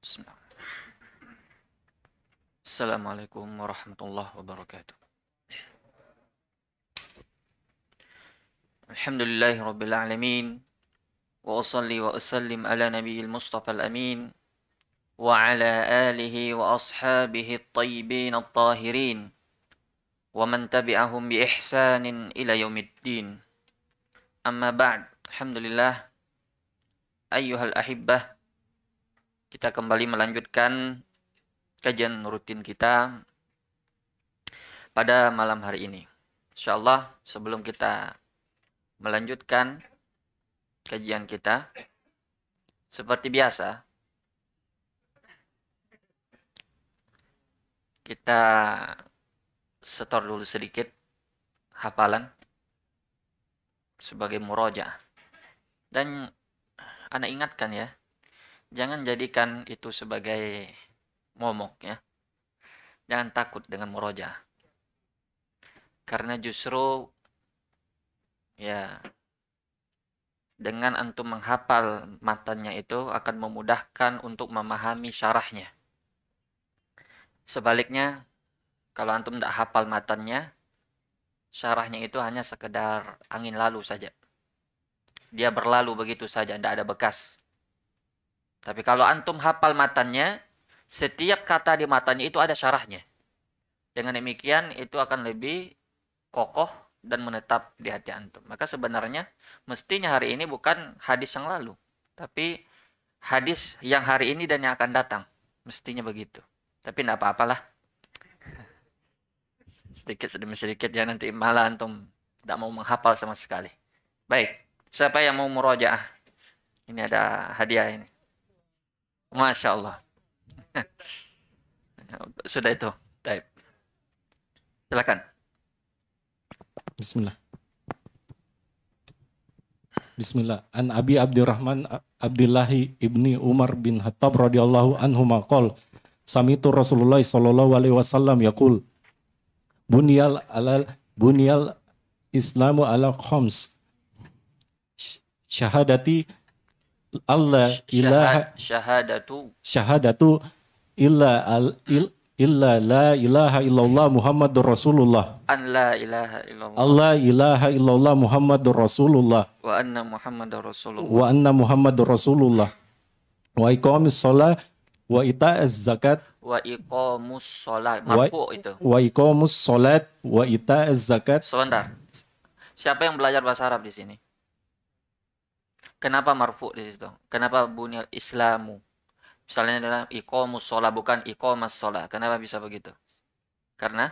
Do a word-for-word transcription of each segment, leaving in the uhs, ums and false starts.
Bismillah. Assalamualaikum warahmatullahi wabarakatuh. Alhamdulillahi rabbil alamin. Wa usalli wa usallim ala nabiyil mustafa al-amin. Wa ala alihi wa ashabihi at-tayyibin at-tahirin. Wa man tabi'ahum bi ihsanin ila yaumiddin. Amma ba'd. Alhamdulillah. Ayyuhal ahibbah. Kita kembali melanjutkan kajian rutin kita pada malam hari ini. Insyaallah sebelum kita melanjutkan kajian kita, seperti biasa, kita setor dulu sedikit hafalan sebagai murojaah. Dan Anda ingatkan ya, jangan jadikan itu sebagai momok ya. Jangan takut dengan murojaah. Karena justru ya dengan antum menghafal matanya itu akan memudahkan untuk memahami syarahnya. Sebaliknya, kalau antum tidak hafal matanya, syarahnya itu hanya sekedar angin lalu saja. Dia berlalu begitu saja, tidak ada bekas. Tapi kalau antum hafal matanya, setiap kata di matanya itu ada syarahnya. Dengan demikian, itu akan lebih kokoh dan menetap di hati antum. Maka sebenarnya mestinya hari ini bukan hadis yang lalu, tapi hadis yang hari ini dan yang akan datang. Mestinya begitu. Tapi tidak apa-apalah. Sedikit demi sedikit ya, nanti malah antum tidak mau menghafal sama sekali. Baik, siapa yang mau murojaah? Ini ada hadiah ini. Masya Allah. Sudah itu. Baik. Silakan. Bismillah. Bismillah. An Abi Abdurrahman Abdillahi ibni Umar bin Khattab radhiyallahu anhu maqal samitu Rasulullah sallallahu alaihi wasallam yaqul bunyal alal bunyal islamu ala khams syahadati Allah ilaha Syahadatu syahadatu illa al il, illa la ilaha illallah Muhammadur Rasulullah. an la ilaha illallah Allah ilaha illallah Muhammadur Rasulullah. wa anna Muhammadar Rasulullah Wa anna Muhammadur Rasulullah. Wa iqamis shalah wa ita'az zakat wa iqamus sholat. wa, Marfu itu. wa iqamus salat wa ita'az zakat. Sebentar. Siapa yang belajar bahasa Arab di sini? Kenapa marfu di situ? Kenapa bunyal Islamu? Misalnya adalah iqamus sholat bukan iqamas sholat. Kenapa bisa begitu? Karena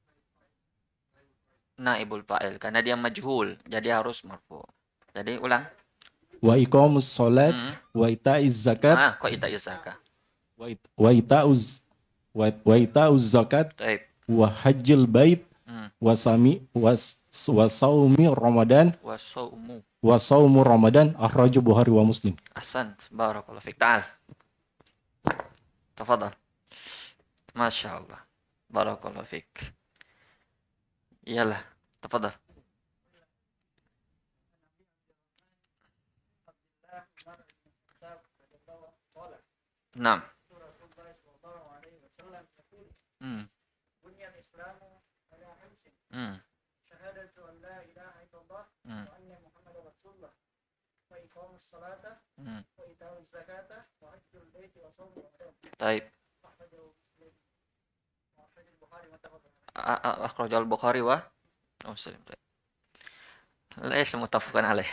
naibul fa'il. Karena dia majhul. Jadi harus marfu. Jadi ulang. Wa iqamus salat Hmm. wa ita'iz zakat Ah, kok ita zakah? wa it- wa ita'uz wa wa ita'uz zakat Baik. wa hajjil bait Hmm. wa sami was wa saumi Ramadan Wa saumu. wa saumu Ramadan akhraju Bukhari wa Muslim. Ahsan. Barakallahu fiik. Ta'al. Tafadhal. Masya Allah. Barakallahu fiik. Iyalah. Tafadhal. Naam. Hmm. Hmm. Hmm. Hmm. Taib. A- a- Akhrajal Bukhari wa Muslim. Laisa muttafaqan alaih.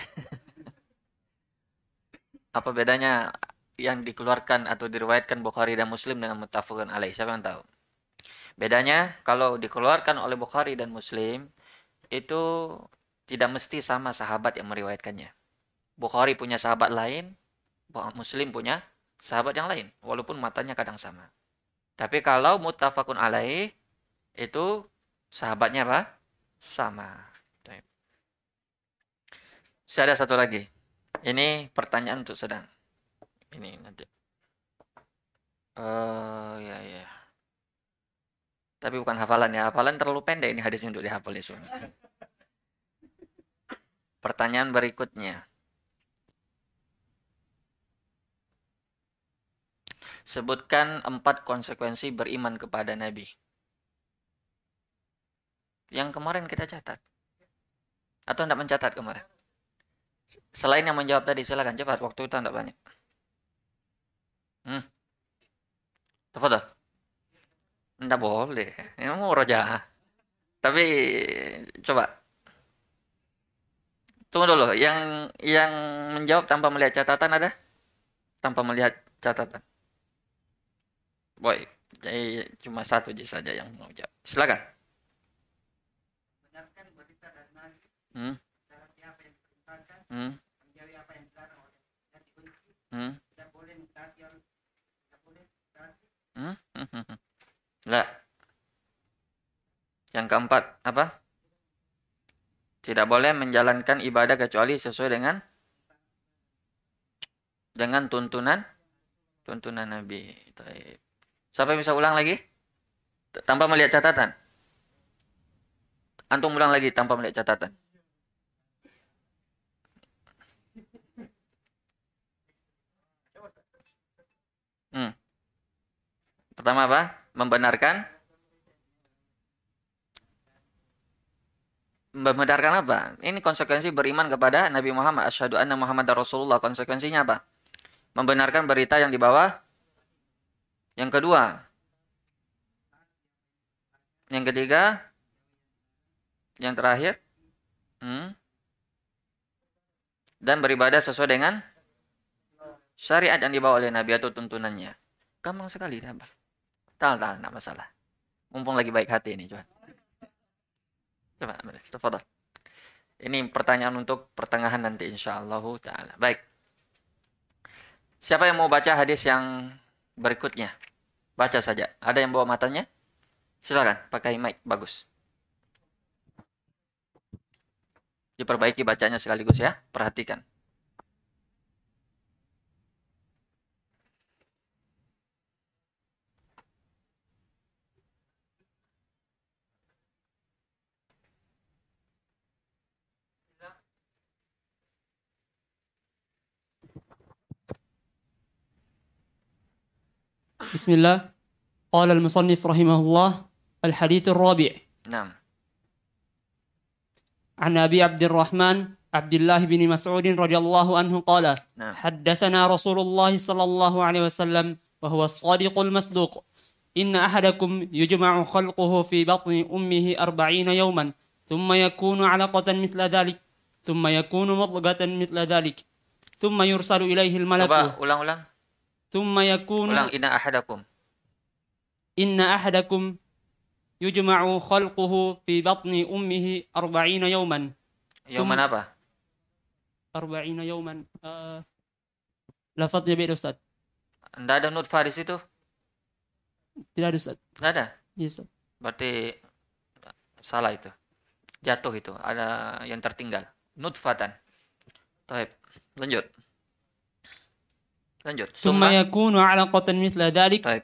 Apa bedanya yang dikeluarkan atau diriwayatkan Bukhari dan Muslim dengan muttafaqan alaih? Siapa yang tahu? Bedanya kalau dikeluarkan oleh Bukhari dan Muslim itu tidak mesti sama sahabat yang meriwayatkannya. Bukhari punya sahabat lain, Muslim punya sahabat yang lain, walaupun matanya kadang sama. Tapi kalau muttafaqun alaih itu sahabatnya apa? Sama. Baik. Saya ada satu lagi. Ini pertanyaan untuk sedang. Ini nanti. Eh ya ya. Tapi bukan hafalan ya. Hafalan terlalu pendek ini hadisnya untuk dihafal ini semua. Pertanyaan berikutnya. Sebutkan empat konsekuensi beriman kepada Nabi. Yang kemarin kita catat. Atau tidak mencatat kemarin? Selain yang menjawab tadi, silakan cepat. Waktu itu tidak banyak. Hmm. Tafadhol. Tidak boleh. Ini mau roja. Tapi coba. Tunggu dulu. Yang yang menjawab tanpa melihat catatan ada? Tanpa melihat catatan. Boy, jadi cuma satu saja yang mau jawab. Silakan. Hmm. Hmm. Hmm. Hmm. Hmm. Hmm. Lah. Yang keempat apa? Tidak boleh menjalankan ibadah kecuali sesuai dengan dengan tuntunan tuntunan Nabi. Siapa yang bisa ulang lagi? Tanpa melihat catatan. Antum ulang lagi tanpa melihat catatan. Hmm. Pertama apa? Membenarkan. Membenarkan apa? Ini konsekuensi beriman kepada Nabi Muhammad. Asyhadu anna Muhammadar Rasulullah. Konsekuensinya apa? Membenarkan berita yang dibawa. Yang kedua. Yang ketiga. Yang terakhir. Hmm. Dan beribadah sesuai dengan syariat yang dibawa oleh Nabi atau tuntunannya. Gampang sekali. Tal, tal, tidak masalah. Mumpung lagi baik hati ini. Coba. Coba, tafadhol. Ini pertanyaan untuk pertengahan nanti insyaallah taala. Baik. Siapa yang mau baca hadis yang berikutnya? Baca saja. Ada yang bawa matanya? Silakan, pakai mic bagus. Diperbaiki bacanya sekaligus ya. Perhatikan. بسم الله. قال المصنف رحمه الله: الحديث الرابع. نعم. عن أبي عبد الرحمن عبد الله بن مسعود رضي الله عنه قال: نعم. حدثنا رسول الله صلى الله عليه وسلم وهو الصادق المصدوق: إن أحدكم يجمع خلقه في بطن أمه أربعين يوما ثم يكون علقة مثل ذلك ثم يكون مضغة مثل ذلك ثم يرسل إليه الملك. Coba ulang-ulang. ثم يكون Ulang inna ahadakum. إن أحدكم يجمع خلقه في بطن أمه أربعين يوما. Yauman apa? أربعين يوما. uh, lafadznya beda Ustaz. Tidak ada nutfah di situ? Tidak ada Ustaz. Tidak ada? Yes, Ustaz. Berarti salah itu. Jatuh itu. Ada yang tertinggal. Nutfatan. Baik. Lanjut. Lanjut. ثم يكون علقة مثل ذلك. طيب.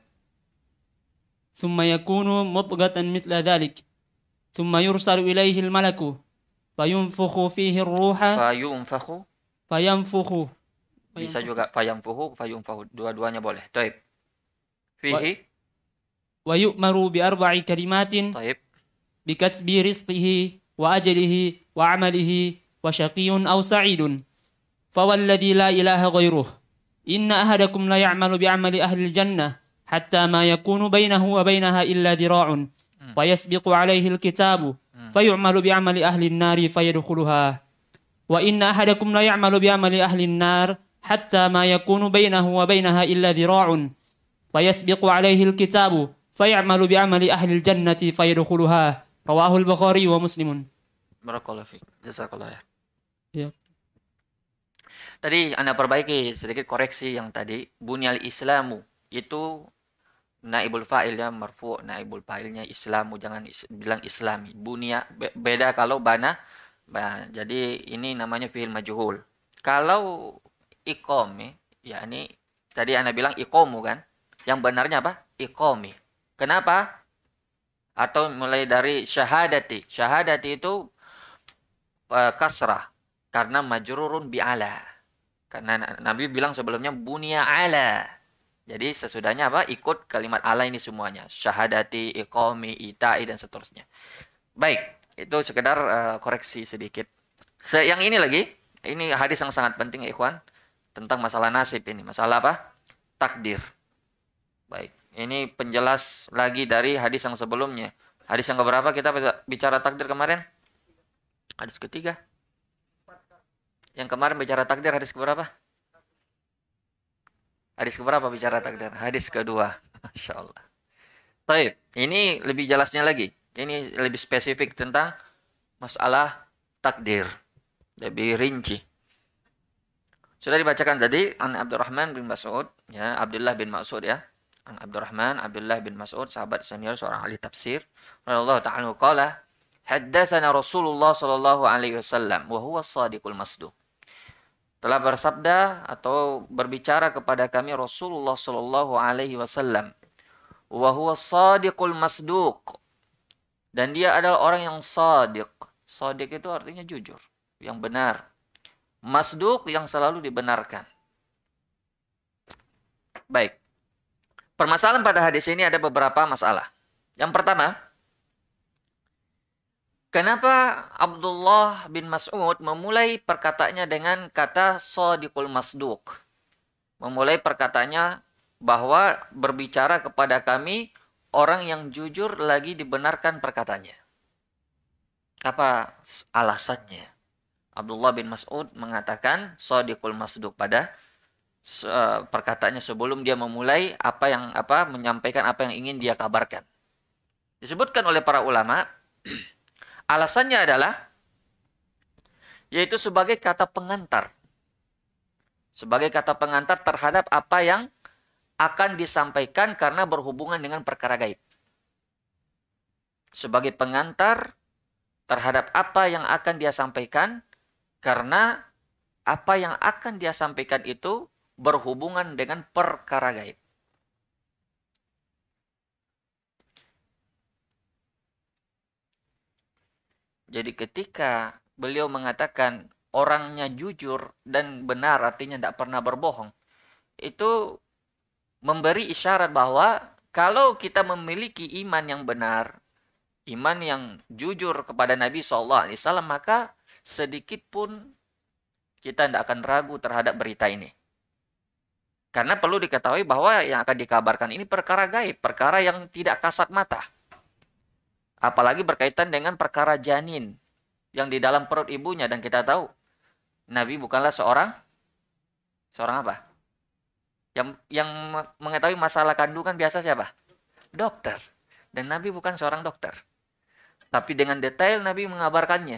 ثم يكون مضغة مثل ذلك ثم يرسل إليه الملك فينفخ فيه الروح. فينفخ. فينفخ. Bisa juga fayamfuhu, fayunfahu. Dua-duanya boleh. Taib. Fihi. ويؤمر بأربع كلمات. Taib. بكتب رزقه وأجله وعمله وشقي أو سعيد فوالذي لا إله غيره إن أحدكم لا يعمل بعمل أهل الجنة حتى ما يكون بينه وبينها إلا ذراع فيسبق عليه الكتاب فيعمل بعمل أهل النار فيدخلها وإن أحدكم لا يعمل بعمل أهل النار حتى ما يكون بينه وبينها إلا ذراع فيسبق عليه الكتاب فيعمل بعمل أهل الجنة فيدخلها. رواه البخاري ومسلم. Barakallahu fiik. Jazakallah ya. Ya. Tadi Anda perbaiki sedikit koreksi yang tadi. Bunyal Islamu itu naibul fa'il ya, marfu, naibul fa'ilnya Islamu, jangan is, bilang Islami. Bunya be, beda kalau bana. Bah, jadi ini namanya fi'il majhul. Kalau iqami, ya ini tadi Anda bilang iqamu kan? Yang benarnya apa? Iqami. Kenapa? Atau mulai dari syahadati. Syahadati itu uh, kasrah karena majrurun bi ala. Karena Nabi bilang sebelumnya bunya ala. Jadi sesudahnya apa? Ikut kalimat Allah ini semuanya. Syahadati, iqami, ita'i, dan seterusnya. Baik, itu sekedar uh, koreksi sedikit. Se yang ini lagi, ini hadis yang sangat penting ya ikhwan. Tentang masalah nasib ini. Masalah apa? Takdir. Baik, ini penjelas lagi dari hadis yang sebelumnya. Hadis yang keberapa kita bicara takdir kemarin? Hadis ketiga. Yang kemarin bicara takdir hadis keberapa? Hadis keberapa bicara takdir? Hadis kedua. Masya Allah. Baik, ini lebih jelasnya lagi. Ini lebih spesifik tentang masalah takdir. Lebih rinci. Sudah dibacakan tadi an Abdurrahman bin Mas'ud, ya, Abdullah bin Mas'ud ya. An Abdurrahman Abdullah bin Mas'ud, sahabat senior seorang ahli tafsir. Radhiyallahu ta'ala qala, haddatsana Rasulullah sallallahu alaihi wasallam wa huwa as-shadiqul masduq. Telah bersabda atau berbicara kepada kami Rasulullah sallallahu alaihi wasallam, wa huwa as-shadiqul masduq. Dan dia adalah orang yang shadiq. Shadiq itu artinya jujur, yang benar. Masduq yang selalu dibenarkan. Baik. Permasalahan pada hadis ini ada beberapa masalah. Yang pertama, kenapa Abdullah bin Mas'ud memulai perkataannya dengan kata shadiqul masduq? Memulai perkataannya bahwa berbicara kepada kami orang yang jujur lagi dibenarkan perkataannya. Apa alasannya? Abdullah bin Mas'ud mengatakan shadiqul masduq pada perkataannya sebelum dia memulai apa yang apa menyampaikan apa yang ingin dia kabarkan. Disebutkan oleh para ulama, alasannya adalah yaitu sebagai kata pengantar. Sebagai kata pengantar terhadap apa yang akan disampaikan karena berhubungan dengan perkara gaib. Sebagai pengantar terhadap apa yang akan dia sampaikan karena apa yang akan dia sampaikan itu berhubungan dengan perkara gaib. Jadi ketika beliau mengatakan orangnya jujur dan benar, artinya tidak pernah berbohong, itu memberi isyarat bahwa kalau kita memiliki iman yang benar, iman yang jujur kepada Nabi shallallahu alaihi wasallam, maka sedikit pun kita tidak akan ragu terhadap berita ini. Karena perlu diketahui bahwa yang akan dikabarkan ini perkara gaib, perkara yang tidak kasat mata. Apalagi berkaitan dengan perkara janin yang di dalam perut ibunya. Dan kita tahu, Nabi bukanlah seorang, seorang apa? Yang, yang mengetahui masalah kandungan biasa siapa? Dokter. Dan Nabi bukan seorang dokter. Tapi dengan detail Nabi mengabarkannya.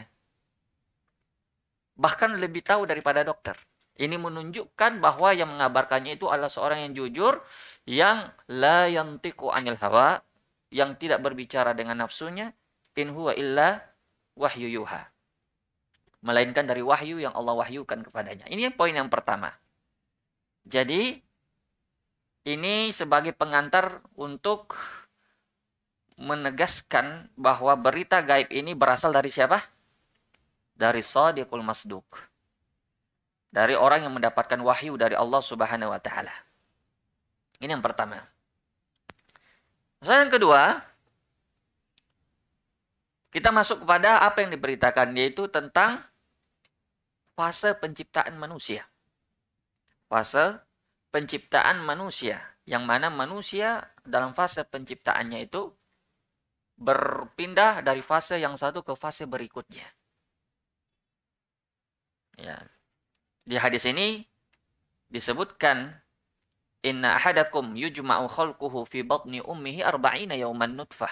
Bahkan lebih tahu daripada dokter. Ini menunjukkan bahwa yang mengabarkannya itu adalah seorang yang jujur, yang la yantiqu anil hawa, yang tidak berbicara dengan nafsunya, in huwa illa wahyu yuha. Melainkan dari wahyu yang Allah wahyukan kepadanya. Ini poin yang pertama. Jadi, ini sebagai pengantar untuk menegaskan bahwa berita gaib ini berasal dari siapa? Dari shadiqul masduq. Dari orang yang mendapatkan wahyu dari Allah Subhanahu wa taala. Ini yang pertama. Yang kedua, kita masuk kepada apa yang diberitakan, yaitu tentang fase penciptaan manusia. Fase penciptaan manusia, yang mana manusia dalam fase penciptaannya itu berpindah dari fase yang satu ke fase berikutnya. Ya. Di hadis ini disebutkan, inna ahadakum yujma'u khalquhu fi batni ummihi arba'ina yawman nutfah.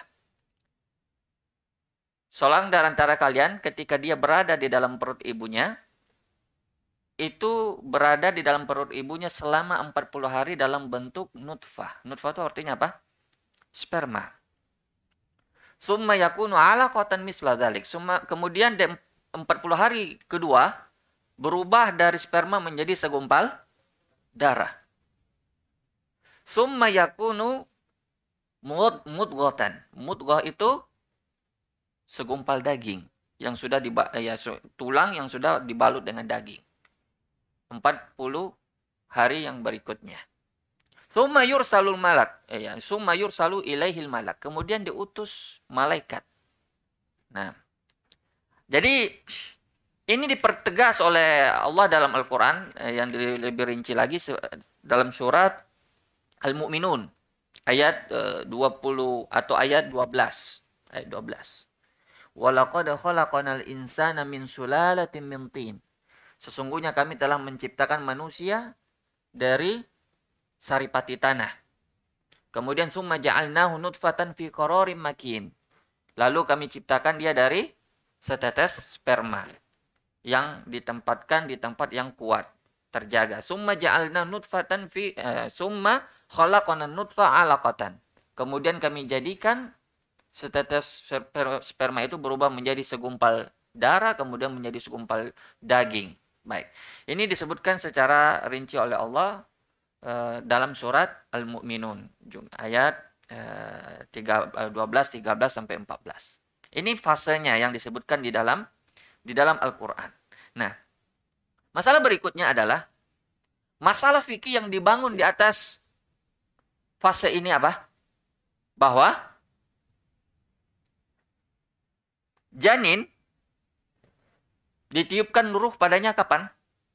Seorang dari antara kalian ketika dia berada di dalam perut ibunya, itu berada di dalam perut ibunya selama empat puluh hari dalam bentuk nutfah. Nutfah itu artinya apa? Sperma. Summa yakunu alaqatan misla dzalik. Kemudian di empat puluh hari kedua berubah dari sperma menjadi segumpal darah. Summa yakunu mudghatan. Mudghah itu segumpal daging yang sudah diba ya, tulang yang sudah dibalut dengan daging. empat puluh hari yang berikutnya. Summa yursalul malak. Eh, ya, summa yursalu ilaihil malak. Kemudian diutus malaikat. Nah, jadi ini dipertegas oleh Allah dalam Al-Quran eh, yang lebih rinci lagi dalam surat Al-Mu'minun ayat eh, dua puluh atau ayat dua belas. Ayat dua belas. Walaqad khalaqanal insana min sulalatin min tin. Sesungguhnya kami telah menciptakan manusia dari saripati tanah. Kemudian summa ja'alnahu nutfatan fi qararim makin. Lalu kami ciptakan dia dari setetes sperma yang ditempatkan di tempat yang kuat, terjaga. Summa ja'alna nutfatan fi eh, summa khalaqana nutfa 'alaqatan. Kemudian kami jadikan setetes sperma itu berubah menjadi segumpal darah, kemudian menjadi segumpal daging. Baik. Ini disebutkan secara rinci oleh Allah dalam surat Al-Mu'minun ayat dua belas, tiga belas sampai empat belas. Ini fasenya yang disebutkan di dalam di dalam Al-Qur'an. Nah, masalah berikutnya adalah masalah fikih yang dibangun di atas fase ini apa? Bahwa janin ditiupkan ruh padanya kapan?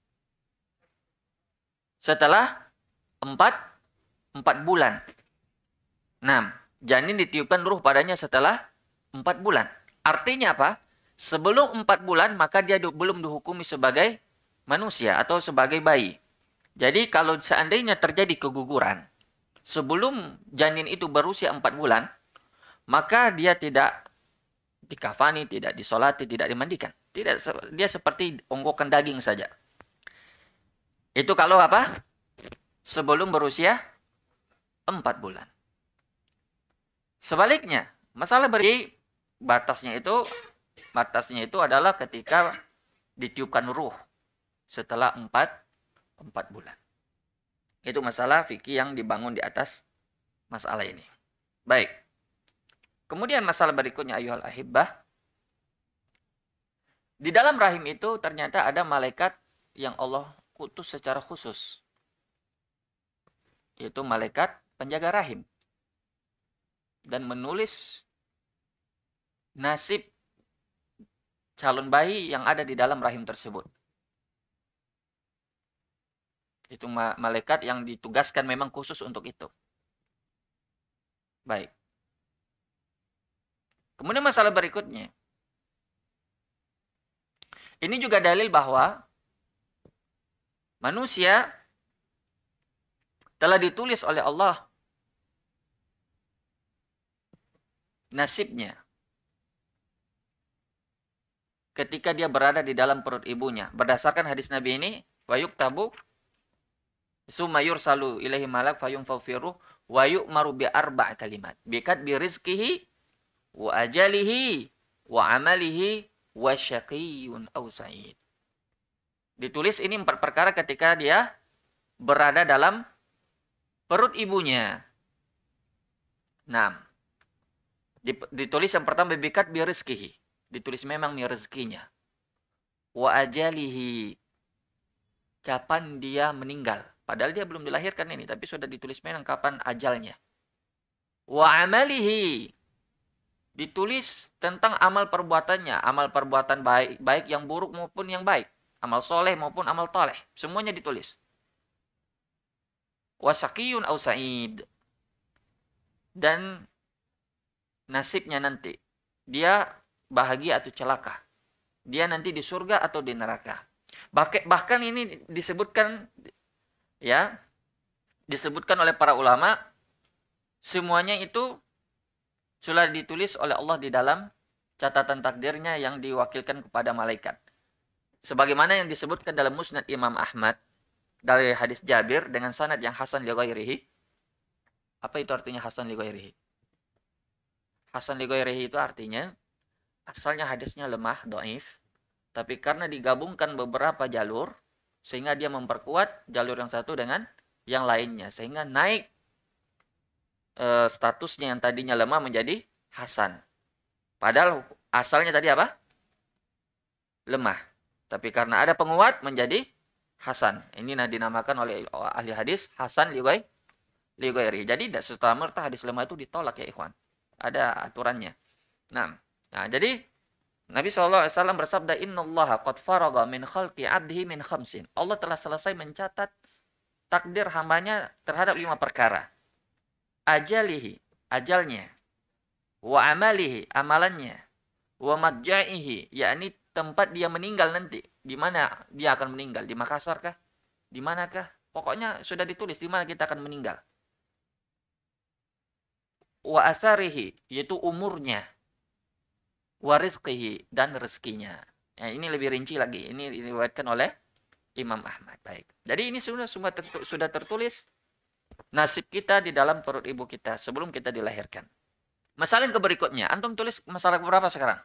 Setelah Empat, empat bulan. Nah, janin ditiupkan ruh padanya setelah empat bulan. Artinya apa? Sebelum empat bulan, maka dia belum dihukumi sebagai manusia atau sebagai bayi. Jadi, kalau seandainya terjadi keguguran, sebelum janin itu berusia empat bulan, maka dia tidak dikafani, tidak disolati, tidak dimandikan. Tidak, dia seperti onggokan daging saja. Itu kalau apa? Sebelum berusia empat bulan. Sebaliknya, masalah beri batasnya itu batasnya itu adalah ketika ditiupkan ruh setelah empat empat bulan. Itu masalah fikih yang dibangun di atas masalah ini. Baik. Kemudian masalah berikutnya ayyuhal ahibbah. Di dalam rahim itu ternyata ada malaikat yang Allah utus secara khusus. Yaitu malaikat penjaga rahim. Dan menulis nasib calon bayi yang ada di dalam rahim tersebut. Itu malaikat yang ditugaskan memang khusus untuk itu. Baik. Kemudian masalah berikutnya. Ini juga dalil bahwa manusia telah ditulis oleh Allah nasibnya ketika dia berada di dalam perut ibunya. Berdasarkan hadis Nabi ini, wa yuktabu summa yursalu ilaihi malak fayunfau fi ruh wa yu'maru bi arba' kalimat. Bikat bi rizqihi wa ajalihi wa amalihi wa syaqiyyun aw sa'id. Ditulis ini empat perkara ketika dia berada dalam perut ibunya. Nah, ditulis yang pertama bikat bi rizqihi. Ditulis memang mi rezekinya. Wa ajalihi. Kapan dia meninggal. Padahal dia belum dilahirkan ini, tapi sudah ditulis memang kapan ajalnya. Wa amalihi. Ditulis tentang amal perbuatannya, amal perbuatan baik, baik yang buruk maupun yang baik, amal soleh maupun amal toleh, semuanya ditulis. Wa syaqiyun aw sa'id. Dan nasibnya nanti, dia bahagia atau celaka. Dia nanti di surga atau di neraka. Bahkan ini disebutkan ya, disebutkan oleh para ulama, semuanya itu sudah ditulis oleh Allah di dalam catatan takdirnya yang diwakilkan kepada malaikat. Sebagaimana yang disebutkan dalam Musnad Imam Ahmad dari hadis Jabir dengan sanad yang hasan li ghairihi. Apa itu artinya hasan li ghairihi? Hasan li ghairihi itu artinya asalnya hadisnya lemah, dhaif, tapi karena digabungkan beberapa jalur sehingga dia memperkuat jalur yang satu dengan yang lainnya sehingga naik e, statusnya yang tadinya lemah menjadi hasan. Padahal asalnya tadi apa? Lemah. Tapi karena ada penguat menjadi hasan. Ini nah dinamakan oleh ahli hadis hasan li li ghairi. Jadi tidak serta-merta hadis lemah itu ditolak ya ikhwan. Ada aturannya. Nah, nah jadi Nabi shallallahu alaihi wasallam bersabda, innallaha qad faraga min khalqi abdihi min khamsin. Allah telah selesai mencatat takdir hambanya terhadap lima perkara. Ajalihi, ajalnya. Wa amalihi, amalannya. Wa madja'ihi, yakni tempat dia meninggal nanti. Di mana dia akan meninggal? Di Makassar kah? Di manakah? Pokoknya sudah ditulis di mana kita akan meninggal. Wa asarihi, yaitu umurnya. Wa rizqihi, dan rezekinya. Ya, ini lebih rinci lagi. Ini diriwayatkan oleh Imam Ahmad. Baik. Jadi ini sudah semua tertu- sudah tertulis nasib kita di dalam perut ibu kita sebelum kita dilahirkan. Masalah yang berikutnya, antum tulis masalah berapa sekarang?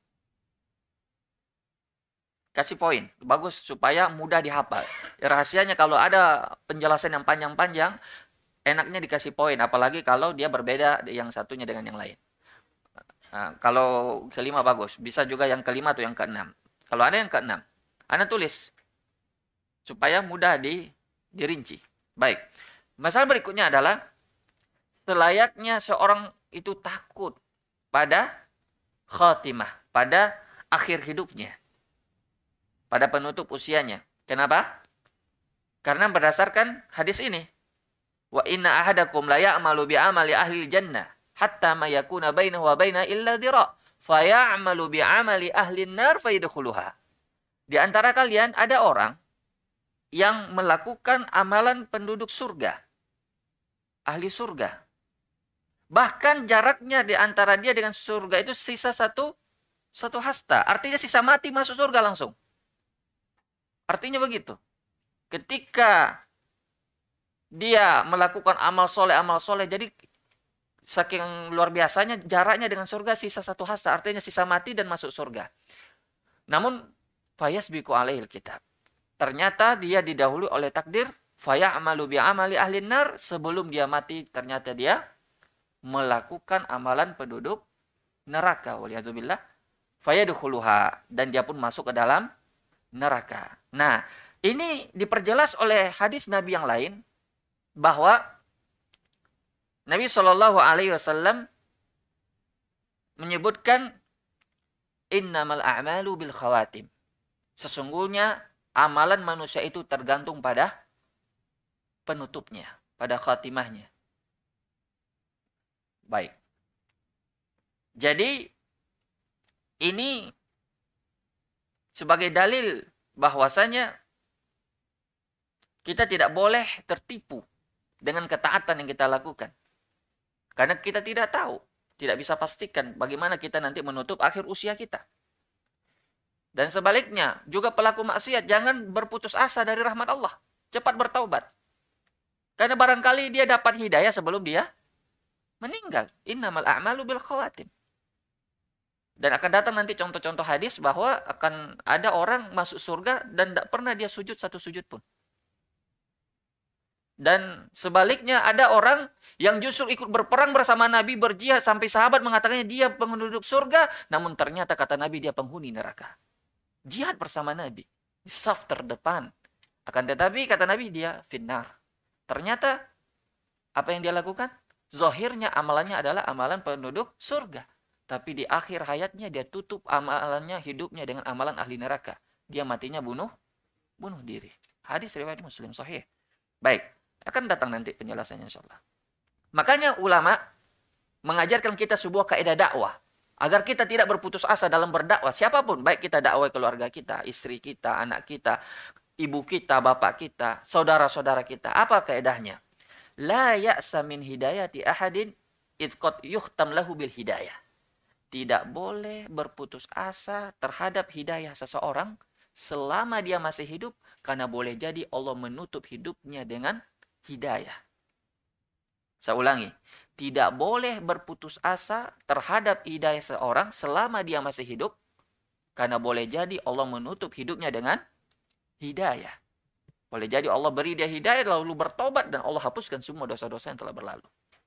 Kasih poin, bagus supaya mudah dihafal. Rahasianya kalau ada penjelasan yang panjang-panjang, enaknya dikasih poin, apalagi kalau dia berbeda yang satunya dengan yang lain. Nah, kalau kelima bagus, bisa juga yang kelima atau yang keenam. Kalau ada yang keenam, Anda tulis supaya mudah di, dirinci. Baik. Masalah berikutnya adalah selayaknya seorang itu takut pada khatimah, pada akhir hidupnya, pada penutup usianya. Kenapa? Karena berdasarkan hadis ini, wa inna ahadakum la ya'malu bi amali ahli jannah hatta ma yakuna bainahu wa baina illa dhira fa ya'malu bi amali ahli an-nar fa yadkhuluha. Di antara kalian ada orang yang melakukan amalan penduduk surga, ahli surga. Bahkan jaraknya di antara dia dengan surga itu sisa satu satu hasta. Artinya sisa mati masuk surga langsung. Artinya begitu. Ketika dia melakukan amal soleh, amal soleh, jadi saking luar biasanya jaraknya dengan surga sisa satu hasta. Artinya sisa mati dan masuk surga. Namun fayasbiqu alaihil kitab. Ternyata dia didahului oleh takdir. Faya'malu bi'amali ahli nar. Sebelum dia mati ternyata dia melakukan amalan penduduk neraka. Waliyadzubillah. Fayadkhuluha. Dan dia pun masuk ke dalam neraka. Nah, ini diperjelas oleh hadis Nabi yang lain bahwa Nabi shallallahu alaihi wasallam menyebutkan innamal a'malu bil khawatim. Sesungguhnya amalan manusia itu tergantung pada penutupnya, pada khatimahnya. Baik. Jadi ini sebagai dalil bahwasanya kita tidak boleh tertipu dengan ketaatan yang kita lakukan. Karena kita tidak tahu, tidak bisa pastikan bagaimana kita nanti menutup akhir usia kita. Dan sebaliknya, juga pelaku maksiat jangan berputus asa dari rahmat Allah. Cepat bertaubat. Karena barangkali dia dapat hidayah sebelum dia meninggal. Innamal a'malu bil khawatim. Dan akan datang nanti contoh-contoh hadis bahwa akan ada orang masuk surga dan tidak pernah dia sujud satu sujud pun. Dan sebaliknya ada orang yang justru ikut berperang bersama Nabi, berjihad sampai sahabat mengatakannya dia penduduk surga, namun ternyata kata Nabi dia penghuni neraka. Jihad bersama Nabi di saf terdepan. Akan tetapi kata Nabi dia finnar. Ternyata apa yang dia lakukan? Zahirnya amalannya adalah amalan penduduk surga. Tapi di akhir hayatnya dia tutup amalannya, hidupnya dengan amalan ahli neraka. Dia matinya bunuh bunuh diri. Hadis riwayat Muslim sahih. Baik. Akan datang nanti penjelasannya insyaallah. Makanya ulama mengajarkan kita sebuah kaidah dakwah agar kita tidak berputus asa dalam berdakwah siapapun, baik kita dakwah keluarga kita, istri kita, anak kita, ibu kita, bapak kita, saudara-saudara kita. Apa kaidahnya? La ya'sa min hidayati ahadin id qad yuhtam lahu bil hidayah. Tidak boleh berputus asa terhadap hidayah seseorang selama dia masih hidup, karena boleh jadi Allah menutup hidupnya dengan hidayah. Saya ulangi, tidak boleh berputus asa terhadap hidayah seorang selama dia masih hidup, karena boleh jadi Allah menutup hidupnya dengan hidayah. Boleh jadi Allah beri dia hidayah lalu bertobat dan Allah hapuskan semua dosa-dosa yang telah berlalu.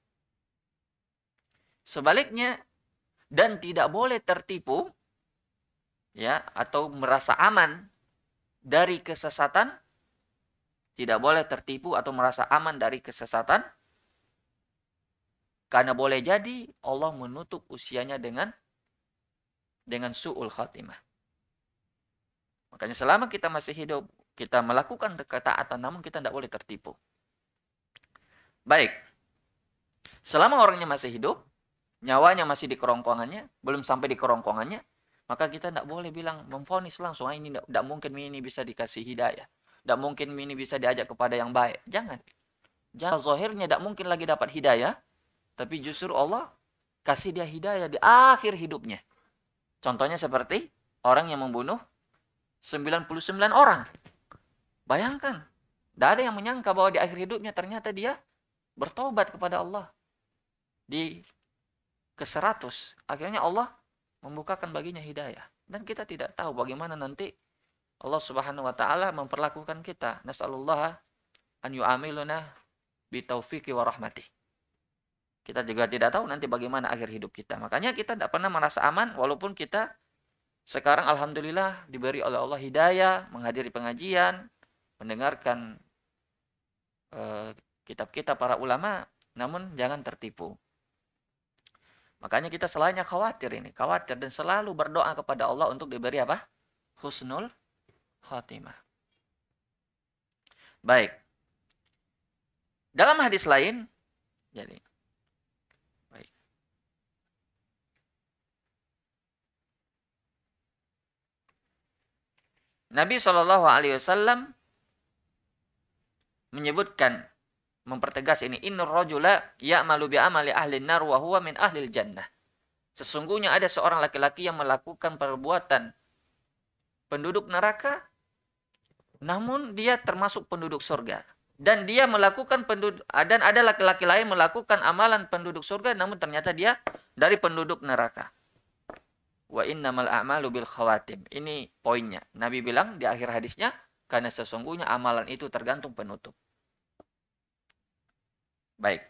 Sebaliknya, dan tidak boleh tertipu ya atau merasa aman dari kesesatan. Tidak boleh tertipu atau merasa aman dari kesesatan Karena boleh jadi Allah menutup usianya dengan dengan su'ul khatimah. Makanya selama kita masih hidup, kita melakukan ketaatan, namun kita tidak boleh tertipu. Baik. Selama orangnya masih hidup, nyawanya masih di kerongkongannya, belum sampai di kerongkongannya, maka kita tidak boleh bilang, memvonis langsung, ah, ini tidak mungkin ini bisa dikasih hidayah. Tidak mungkin ini bisa diajak kepada yang baik. Jangan. Jangan zahirnya tidak mungkin lagi dapat hidayah, tapi justru Allah kasih dia hidayah di akhir hidupnya. Contohnya seperti orang yang membunuh sembilan puluh sembilan orang. Bayangkan, tidak ada yang menyangka bahwa di akhir hidupnya ternyata dia bertobat kepada Allah. Di ke seratus, akhirnya Allah membukakan baginya hidayah. Dan kita tidak tahu bagaimana nanti Allah Subhanahu wa taala memperlakukan kita. Nas'alullah an yu'amiluna bi taufiqi wa rahmatih. Kita juga tidak tahu nanti bagaimana akhir hidup kita. Makanya kita tidak pernah merasa aman walaupun kita sekarang alhamdulillah diberi oleh Allah hidayah, menghadiri pengajian, mendengarkan uh, kitab-kitab para ulama, namun jangan tertipu. Makanya kita selalunya khawatir ini, khawatir dan selalu berdoa kepada Allah untuk diberi apa? Husnul khatimah. Baik. Dalam hadis lain, jadi baik. Nabi shallallahu alaihi wasallam menyebutkan, mempertegas ini, innur rajula ya'malu bi amali ahli nar wa huwa min ahli jannah. Sesungguhnya ada seorang laki-laki yang melakukan perbuatan penduduk neraka, namun dia termasuk penduduk surga. Dan dia melakukan penduduk, dan ada laki-laki lain melakukan amalan penduduk surga, namun ternyata dia dari penduduk neraka. Wa innamal a'malu bil khawatim. Ini poinnya. Nabi bilang di akhir hadisnya, karena sesungguhnya amalan itu tergantung penutup. Baik.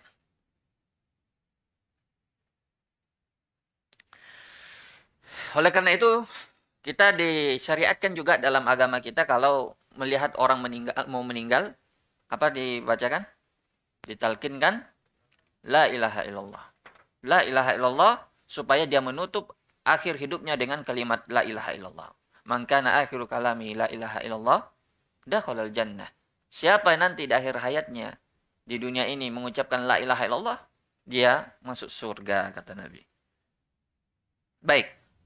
Oleh karena itu, kita disyariatkan juga dalam agama kita kalau melihat orang meninggal, mau meninggal, apa dibacakan? Ditalkinkan la ilaha illallah. La ilaha illallah supaya dia menutup akhir hidupnya dengan kalimat la ilaha illallah. Man kana akhiru kalami la ilaha illallah dakhalal jannah. Siapa nanti di akhir hayatnya di dunia ini mengucapkan la ilaha illallah, dia masuk surga, kata Nabi. Baik.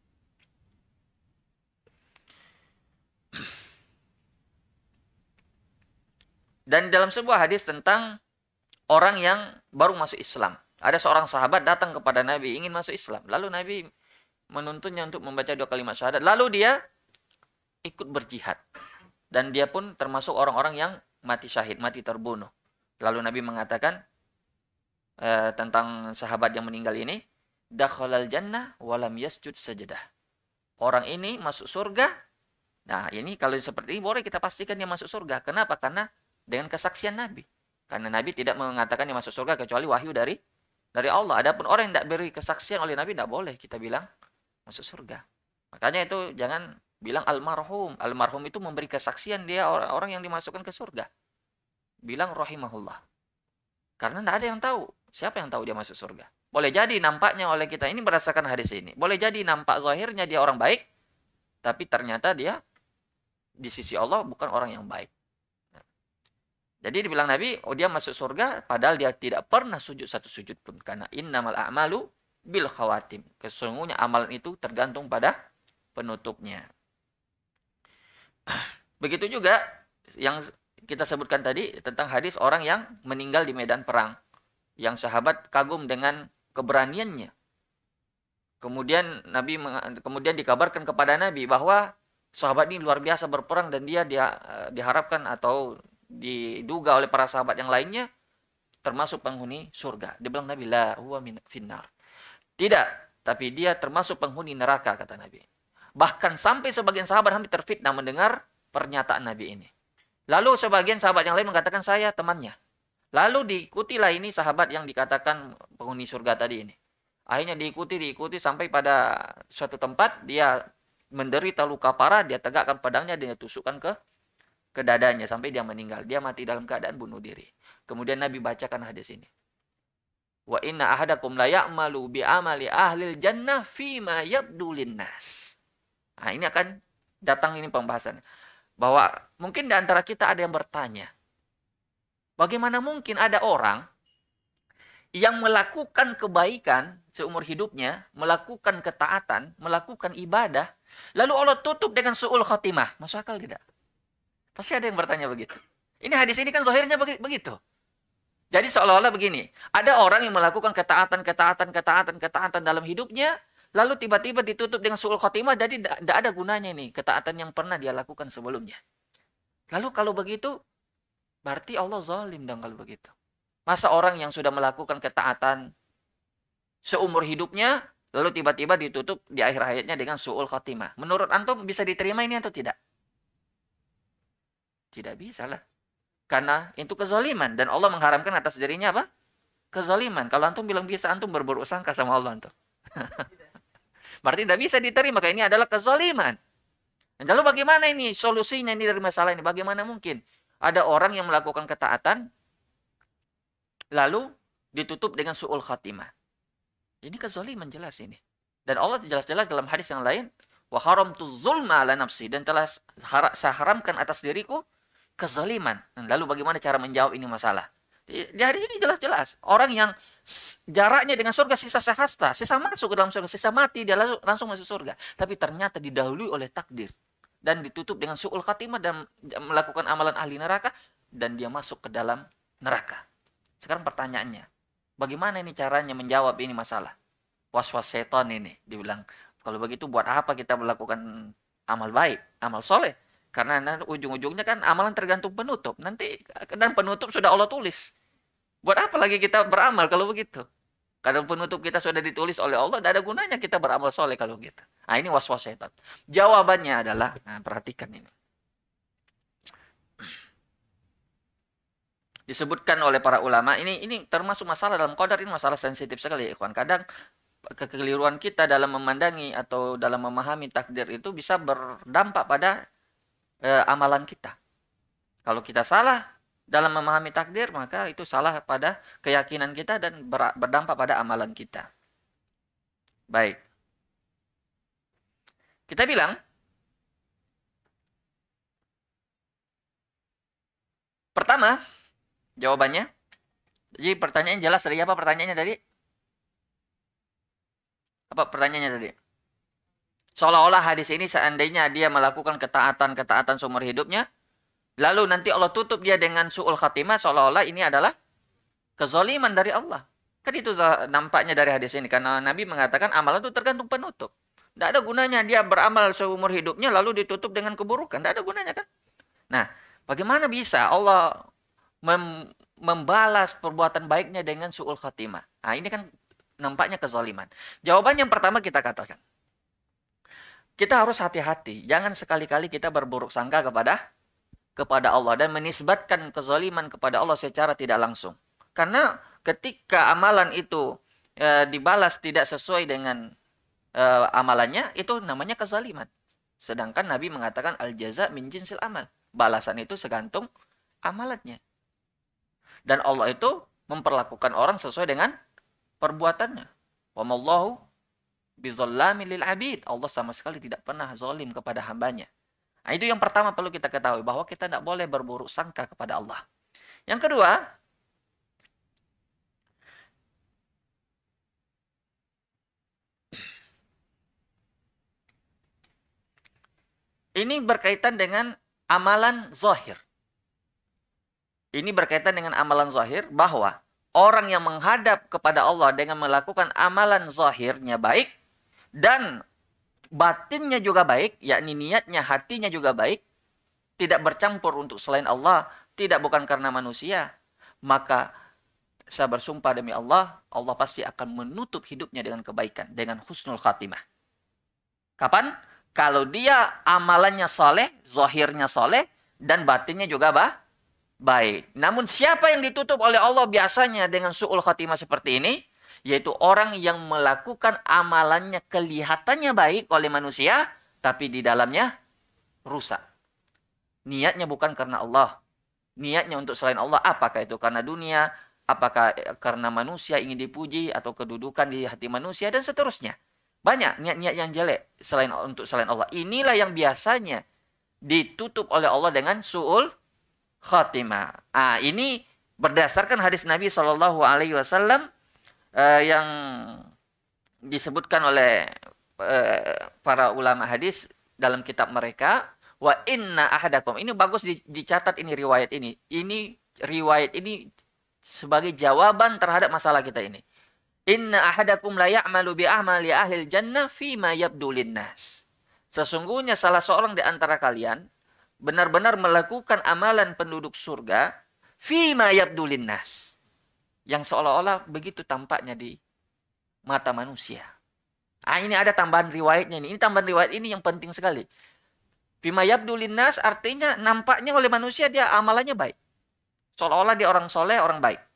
Dan dalam sebuah hadis tentang orang yang baru masuk Islam. Ada seorang sahabat datang kepada Nabi ingin masuk Islam. Lalu Nabi menuntunnya untuk membaca dua kalimat syahadat. Lalu dia ikut berjihad. Dan dia pun termasuk orang-orang yang mati syahid, mati terbunuh. Lalu Nabi mengatakan eh, tentang sahabat yang meninggal ini, dakhalal jannah walam yasjud sajadah. Orang ini masuk surga. Nah, ini kalau seperti ini boleh kita pastikan dia masuk surga. Kenapa? Karena dengan kesaksian Nabi. Karena Nabi tidak mengatakan dia masuk surga kecuali wahyu dari dari Allah. Adapun orang yang tidak beri kesaksian oleh Nabi tidak boleh kita bilang masuk surga. Makanya itu jangan bilang almarhum. Almarhum itu memberi kesaksian dia orang-orang yang dimasukkan ke surga. Bilang rahimahullah. Karena tidak ada yang tahu. Siapa yang tahu dia masuk surga? Boleh jadi nampaknya oleh kita ini berdasarkan hadis ini. Boleh jadi nampak zahirnya dia orang baik. Tapi ternyata dia di sisi Allah bukan orang yang baik. Jadi dibilang Nabi, oh dia masuk surga, padahal dia tidak pernah sujud satu sujud pun. Karena innamal a'malu bil khawatim. Sesungguhnya amalan itu tergantung pada penutupnya. Begitu juga yang kita sebutkan tadi tentang hadis orang yang meninggal di medan perang. Yang sahabat kagum dengan keberaniannya. Kemudian Nabi kemudian dikabarkan kepada Nabi bahwa sahabat ini luar biasa berperang dan dia, dia diharapkan atau diduga oleh para sahabat yang lainnya termasuk penghuni surga. Dia bilang Nabi, la huwa min finnar. Tidak, tapi dia termasuk penghuni neraka, kata Nabi. Bahkan sampai sebagian sahabat hampir terfitnah mendengar pernyataan Nabi ini. Lalu sebagian sahabat yang lain mengatakan saya temannya. Lalu diikutilah ini sahabat yang dikatakan penghuni surga tadi ini. Akhirnya diikuti, diikuti sampai pada suatu tempat dia menderita luka parah, dia tegakkan pedangnya, dia tusukkan ke ke dadanya sampai dia meninggal. Dia mati dalam keadaan bunuh diri. Kemudian Nabi bacakan hadis ini. Wa inna ahadakum la ya'malu bi amali ahlil jannah fima yabdu linnas. Nah, ini akan datang ini pembahasan. Bahwa mungkin di antara kita ada yang bertanya, bagaimana mungkin ada orang yang melakukan kebaikan seumur hidupnya, melakukan ketaatan, melakukan ibadah, lalu Allah tutup dengan su'ul khotimah. Masuk akal tidak? Pasti ada yang bertanya begitu. Ini hadis ini kan zahirnya begitu. Jadi seolah-olah begini, ada orang yang melakukan ketaatan, ketaatan, ketaatan, ketaatan dalam hidupnya, lalu tiba-tiba ditutup dengan su'ul khotimah, jadi tidak ada gunanya nih ketaatan yang pernah dia lakukan sebelumnya. Lalu kalau begitu, berarti Allah zalim dong kalau begitu. Masa orang yang sudah melakukan ketaatan seumur hidupnya, lalu tiba-tiba ditutup di akhir hayatnya dengan su'ul khotimah. Menurut antum bisa diterima ini atau tidak? Tidak bisa lah. Karena itu kezaliman. Dan Allah mengharamkan atas dirinya apa? Kezaliman. Kalau antum bilang bisa, antum berburuk sangka sama Allah antum. Berarti tidak bisa diterima. Maka ini adalah kezaliman. Dan lalu bagaimana ini solusinya ini dari masalah ini? Bagaimana mungkin ada orang yang melakukan ketaatan lalu ditutup dengan su'ul khatimah? Ini kezaliman jelas ini. Dan Allah jelas-jelas dalam hadis yang lain, wa haramtu zulma ala nafsi, dan telah saya haramkan atas diriku kezaliman. Dan lalu bagaimana cara menjawab ini masalah? Di, di hadis ini jelas-jelas orang yang jaraknya dengan surga sisa sehasta, sisa masuk ke dalam surga, sisa mati dia langsung, langsung masuk surga. Tapi ternyata didahului oleh takdir dan ditutup dengan su'ul khatimah dan melakukan amalan ahli neraka dan dia masuk ke dalam neraka. Sekarang pertanyaannya, bagaimana ini caranya menjawab ini masalah? Was-was setan ini. Dibilang, kalau begitu buat apa kita melakukan amal baik, amal soleh? Karena ujung-ujungnya kan amalan tergantung penutup. Nanti dan penutup sudah Allah tulis. Buat apa lagi kita beramal kalau begitu? Kalau penutup kita sudah ditulis oleh Allah, tidak ada gunanya kita beramal soleh kalau gitu. Nah, ini was-was setan. Jawabannya adalah, nah, perhatikan ini. Disebutkan oleh para ulama, ini ini termasuk masalah dalam qadar, ini masalah sensitif sekali ya ikhwan. Kadang kekeliruan kita dalam memandangi atau dalam memahami takdir itu bisa berdampak pada e, amalan kita. Kalau kita salah dalam memahami takdir, maka itu salah pada keyakinan kita dan ber, berdampak pada amalan kita. Baik. Kita bilang, pertama, jawabannya, jadi pertanyaan jelas dari apa pertanyaannya tadi? Apa pertanyaannya tadi? Seolah-olah hadis ini seandainya dia melakukan ketaatan-ketaatan seumur hidupnya, lalu nanti Allah tutup dia dengan su'ul khatimah, seolah-olah ini adalah kezaliman dari Allah. Kan itu nampaknya dari hadis ini. Karena Nabi mengatakan amalan itu tergantung penutup. Tidak ada gunanya dia beramal seumur hidupnya lalu ditutup dengan keburukan. Tidak ada gunanya kan? Nah, bagaimana bisa Allah mem membalas perbuatan baiknya dengan su'ul khatimah? Nah, ini kan nampaknya kezaliman. Jawaban yang pertama kita katakan, kita harus hati-hati. Jangan sekali-kali kita berburuk sangka kepada kepada Allah dan menisbatkan kezaliman kepada Allah secara tidak langsung. Karena ketika amalan itu e, dibalas tidak sesuai dengan e, amalannya, itu namanya kezaliman. Sedangkan Nabi mengatakan al-jaza min jinsil amal. Balasan itu segantung amalannya. Dan Allah itu memperlakukan orang sesuai dengan perbuatannya. Wa mallahu bizallami lil abid. Allah sama sekali tidak pernah zalim kepada hambanya. Nah, itu yang pertama perlu kita ketahui, bahwa kita tidak boleh berburuk sangka kepada Allah. Yang kedua, ini berkaitan dengan amalan zahir. Ini berkaitan dengan amalan zahir, bahwa orang yang menghadap kepada Allah dengan melakukan amalan zahirnya baik dan batinnya juga baik, yakni niatnya, hatinya juga baik, tidak bercampur untuk selain Allah, tidak bukan karena manusia, maka saya bersumpah demi Allah, Allah pasti akan menutup hidupnya dengan kebaikan, dengan husnul khatimah. Kapan? Kalau dia amalannya soleh, zahirnya soleh, dan batinnya juga bah, baik. Namun siapa yang ditutup oleh Allah biasanya dengan su'ul khatimah seperti ini? Yaitu orang yang melakukan amalannya kelihatannya baik oleh manusia, tapi di dalamnya rusak. Niatnya bukan karena Allah. Niatnya untuk selain Allah. Apakah itu karena dunia? apakah karena manusia ingin dipuji atau kedudukan di hati manusia dan seterusnya. Banyak niat-niat yang jelek selain untuk selain Allah. Inilah yang biasanya ditutup oleh Allah dengan su'ul khatimah. Ah, ini berdasarkan hadis Nabi Shallallahu Alaihi Wasallam uh, yang disebutkan oleh uh, para ulama hadis dalam kitab mereka. Wa inna ahadakum, ini bagus dicatat ini riwayat ini. Ini riwayat ini sebagai jawaban terhadap masalah kita ini. Inna ahadakum la ya'malu bi amali ahli jannah fi ma yabdu linnas. Sesungguhnya salah seorang di antara kalian benar-benar melakukan amalan penduduk surga fi ma yabdu linnas, yang seolah-olah begitu tampaknya di mata manusia. Ah, ini ada tambahan riwayatnya ini. Ini tambahan riwayat ini yang penting sekali. Fi ma yabdu linnas artinya nampaknya oleh manusia dia amalannya baik. Seolah-olah dia orang soleh, orang baik.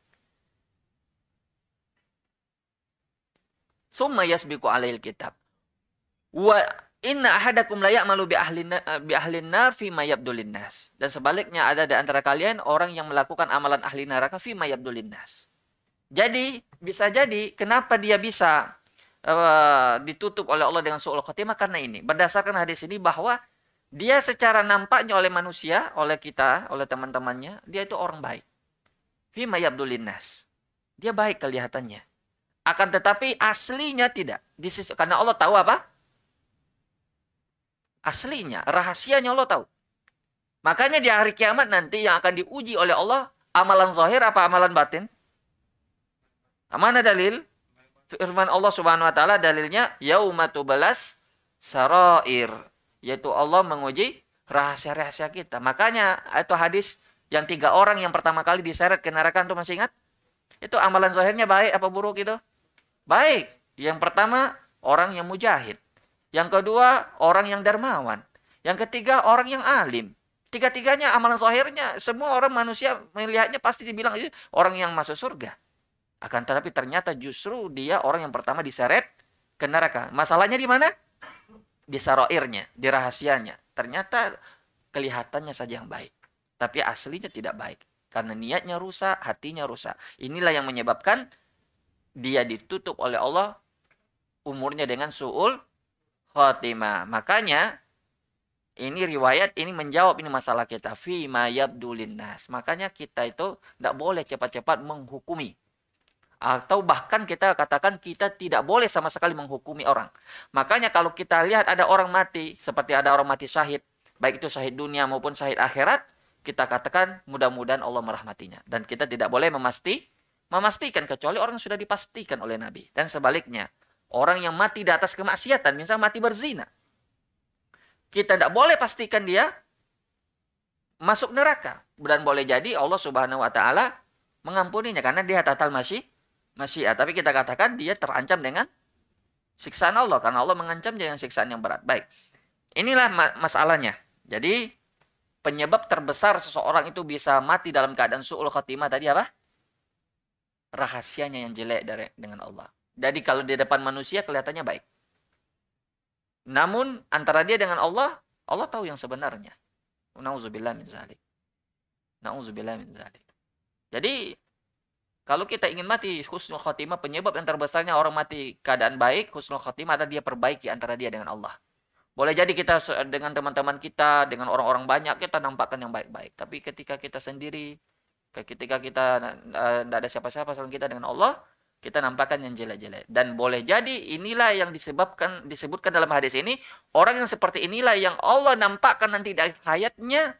Summa yasbiqu alail kitab. Wa inna ahadakum la ya'malu bi ahlin bi ahlin nar fi ma yabdu linnas. Dan sebaliknya ada di antara kalian orang yang melakukan amalan ahli neraka fi ma yabdu linnas. Jadi bisa jadi kenapa dia bisa uh, ditutup oleh Allah dengan su'ul khatimah karena ini. Berdasarkan hadis ini bahwa dia secara nampaknya oleh manusia, oleh kita, oleh teman-temannya, dia itu orang baik. Fi ma yabdu linnas. Dia baik kelihatannya. Akan tetapi aslinya tidak. Di sisi, karena Allah tahu apa? Aslinya, rahasianya Allah tahu. Makanya di hari kiamat nanti yang akan diuji oleh Allah, amalan zahir apa amalan batin? Mana dalil? Firman Allah Subhanahu wa taala dalilnya yauma tubalas sarair, yaitu Allah menguji rahasia-rahasia kita. Makanya itu hadis yang tiga orang yang pertama kali diseret ke neraka, itu masih ingat? Itu amalan zahirnya baik apa buruk itu? Baik. Yang pertama, orang yang mujahid. Yang kedua, orang yang dermawan. Yang ketiga, orang yang alim. Tiga-tiganya amalan zahirnya, semua orang manusia melihatnya pasti dibilang orang yang masuk surga. Akan tetapi ternyata justru dia orang yang pertama diseret ke neraka. Masalahnya di mana? Di sarairnya, di rahasianya. Ternyata kelihatannya saja yang baik. Tapi aslinya tidak baik. Karena niatnya rusak, hatinya rusak. Inilah yang menyebabkan dia ditutup oleh Allah umurnya dengan su'ul khatimah. Makanya ini riwayat ini menjawab ini masalah kita. Fi ma yabdu linnas. Makanya kita itu tidak boleh cepat-cepat menghukumi. Atau bahkan kita katakan kita tidak boleh sama sekali menghukumi orang. Makanya kalau kita lihat ada orang mati, seperti ada orang mati syahid, baik itu syahid dunia maupun syahid akhirat, kita katakan mudah-mudahan Allah merahmatinya. Dan kita tidak boleh memasti Memastikan kecuali orang yang sudah dipastikan oleh Nabi. Dan sebaliknya, orang yang mati di atas kemaksiatan, misalnya mati berzina, kita tidak boleh pastikan dia masuk neraka. Dan boleh jadi Allah Subhanahu wa taala mengampuninya karena dia tatal masyi masyiat. Tapi kita katakan dia terancam dengan siksaan Allah karena Allah mengancam dia dengan siksaan yang berat. Baik. Inilah masalahnya. Jadi penyebab terbesar seseorang itu bisa mati dalam keadaan su'ul khatimah tadi apa? Rahasianya yang jelek dari dengan Allah. Jadi kalau di depan manusia kelihatannya baik. Namun antara dia dengan Allah, Allah tahu yang sebenarnya. Nauzubillah min dzalik. Nauzubillah min dzalik. Jadi kalau kita ingin mati husnul khatimah, penyebab yang terbesarnya orang mati keadaan baik, husnul khatimah adalah dia perbaiki antara dia dengan Allah. Boleh jadi kita dengan teman-teman kita, dengan orang-orang banyak kita nampakkan yang baik-baik. Tapi ketika kita sendiri, ketika kita tidak ada siapa-siapa selain kita dengan Allah, kita nampakkan yang jelek-jelek. Dan boleh jadi inilah yang disebabkan disebutkan dalam hadis ini, orang yang seperti inilah yang Allah nampakkan nanti di hayatnya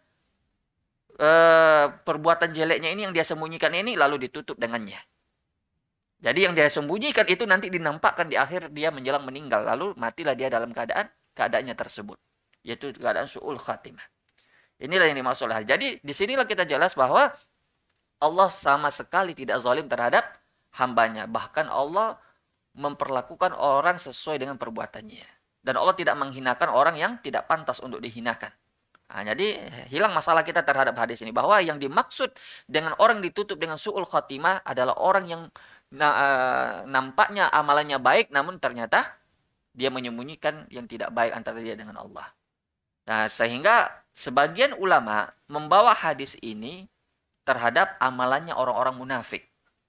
eh, perbuatan jeleknya ini yang dia sembunyikan ini lalu ditutup dengannya. Jadi yang dia sembunyikan itu nanti dinampakkan di akhir dia menjelang meninggal, lalu matilah dia dalam keadaan keadaannya tersebut, yaitu keadaan su'ul khatimah. Inilah yang dimaksud. Jadi disinilah kita jelas bahwa Allah sama sekali tidak zalim terhadap hambanya. Bahkan Allah memperlakukan orang sesuai dengan perbuatannya. Dan Allah tidak menghinakan orang yang tidak pantas untuk dihinakan. Nah, jadi hilang masalah kita terhadap hadis ini. Bahwa yang dimaksud dengan orang ditutup dengan su'ul khatimah adalah orang yang nampaknya amalannya baik, namun ternyata dia menyembunyikan yang tidak baik antara dia dengan Allah. Nah, sehingga sebagian ulama membawa hadis ini terhadap amalannya orang-orang munafik.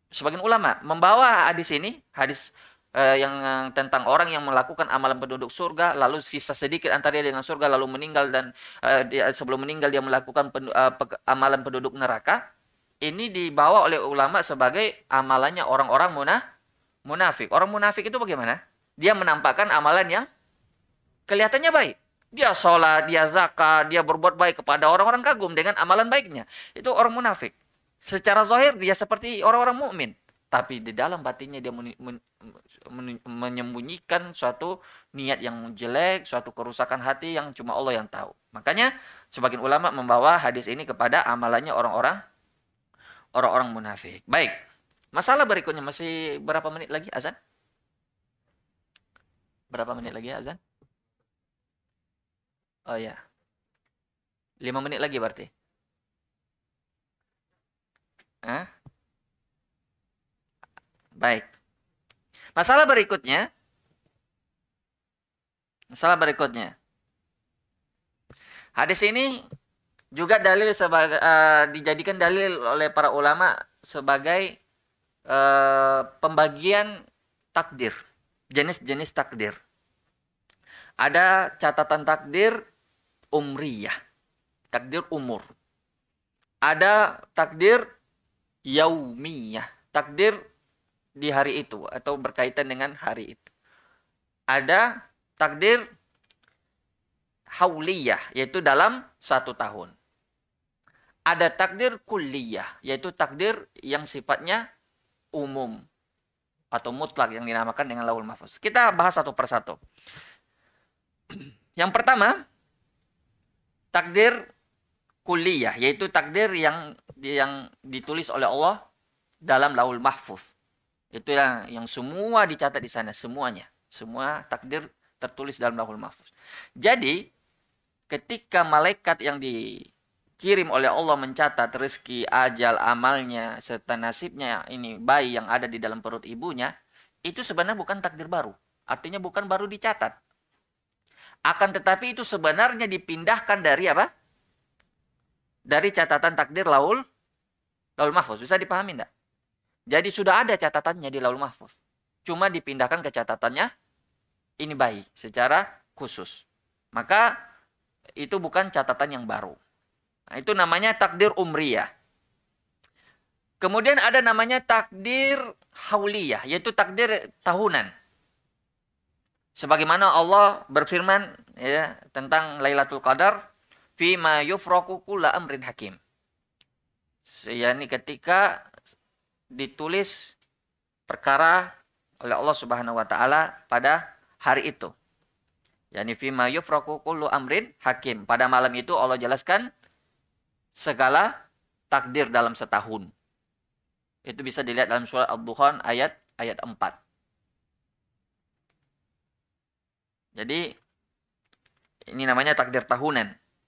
sebagian ulama membawa hadis ini, hadis eh, yang tentang orang yang melakukan amalan penduduk surga, lalu sisa sedikit antara dia dengan surga, lalu meninggal dan eh, dia, sebelum meninggal dia melakukan pen, eh, pe, amalan penduduk neraka. Ini dibawa oleh ulama sebagai amalannya orang-orang munah, munafik. Orang munafik itu bagaimana? Dia menampakkan amalan yang kelihatannya baik. Dia sholat, dia zakat, dia berbuat baik kepada orang-orang kagum dengan amalan baiknya. Itu orang munafik. Secara zahir dia seperti orang-orang mukmin, tapi di dalam batinnya dia men, men, men, menyembunyikan suatu niat yang jelek, suatu kerusakan hati yang cuma Allah yang tahu. Makanya sebagian ulama membawa hadis ini kepada amalannya orang-orang orang-orang munafik. Baik. Masalah berikutnya, masih berapa menit lagi azan? Berapa menit lagi azan? Oh ya. lima menit lagi berarti. Hah? Baik. Masalah berikutnya. Masalah berikutnya. Hadis ini juga dalil sebagai uh, dijadikan dalil oleh para ulama sebagai uh, pembagian takdir, jenis-jenis takdir. Ada catatan takdir umriyah, takdir umur. Ada takdir yaumiyah, takdir di hari itu atau berkaitan dengan hari itu. Ada takdir hauliyah, yaitu dalam satu tahun. Ada takdir kulliyah, yaitu takdir yang sifatnya umum atau mutlak yang dinamakan dengan Lauhul Mahfuz. Kita bahas satu persatu. Yang pertama, takdir kulliyah, yaitu takdir yang yang ditulis oleh Allah dalam Lauhul Mahfuz. Itu yang yang semua dicatat di sana, semuanya. Semua takdir tertulis dalam Lauhul Mahfuz. Jadi, ketika malaikat yang dikirim oleh Allah mencatat rezeki, ajal, amalnya, serta nasibnya ini bayi yang ada di dalam perut ibunya, itu sebenarnya bukan takdir baru. Artinya bukan baru dicatat. Akan tetapi itu sebenarnya dipindahkan dari apa? Dari catatan takdir Lauhul Lauhul Mahfuz. Bisa dipahami enggak? Jadi sudah ada catatannya di Lauhul Mahfuz. Cuma dipindahkan ke catatannya ini bayi secara khusus. Maka itu bukan catatan yang baru. Nah, itu namanya takdir umriyah. Kemudian ada namanya takdir hauliyah, yaitu takdir tahunan. Sebagaimana Allah berfirman ya, tentang Lailatul Qadar, fi ma yufraqu kullu amrin hakim. Yani ketika ditulis perkara oleh Allah Subhanahu wa taala pada hari itu. Yani fi ma yufraqu kullu amrin hakim. Pada malam itu Allah jelaskan segala takdir dalam setahun. Itu bisa dilihat dalam surah Ad-Dukhan ayat ayat empat. Jadi ini namanya takdir tahunan.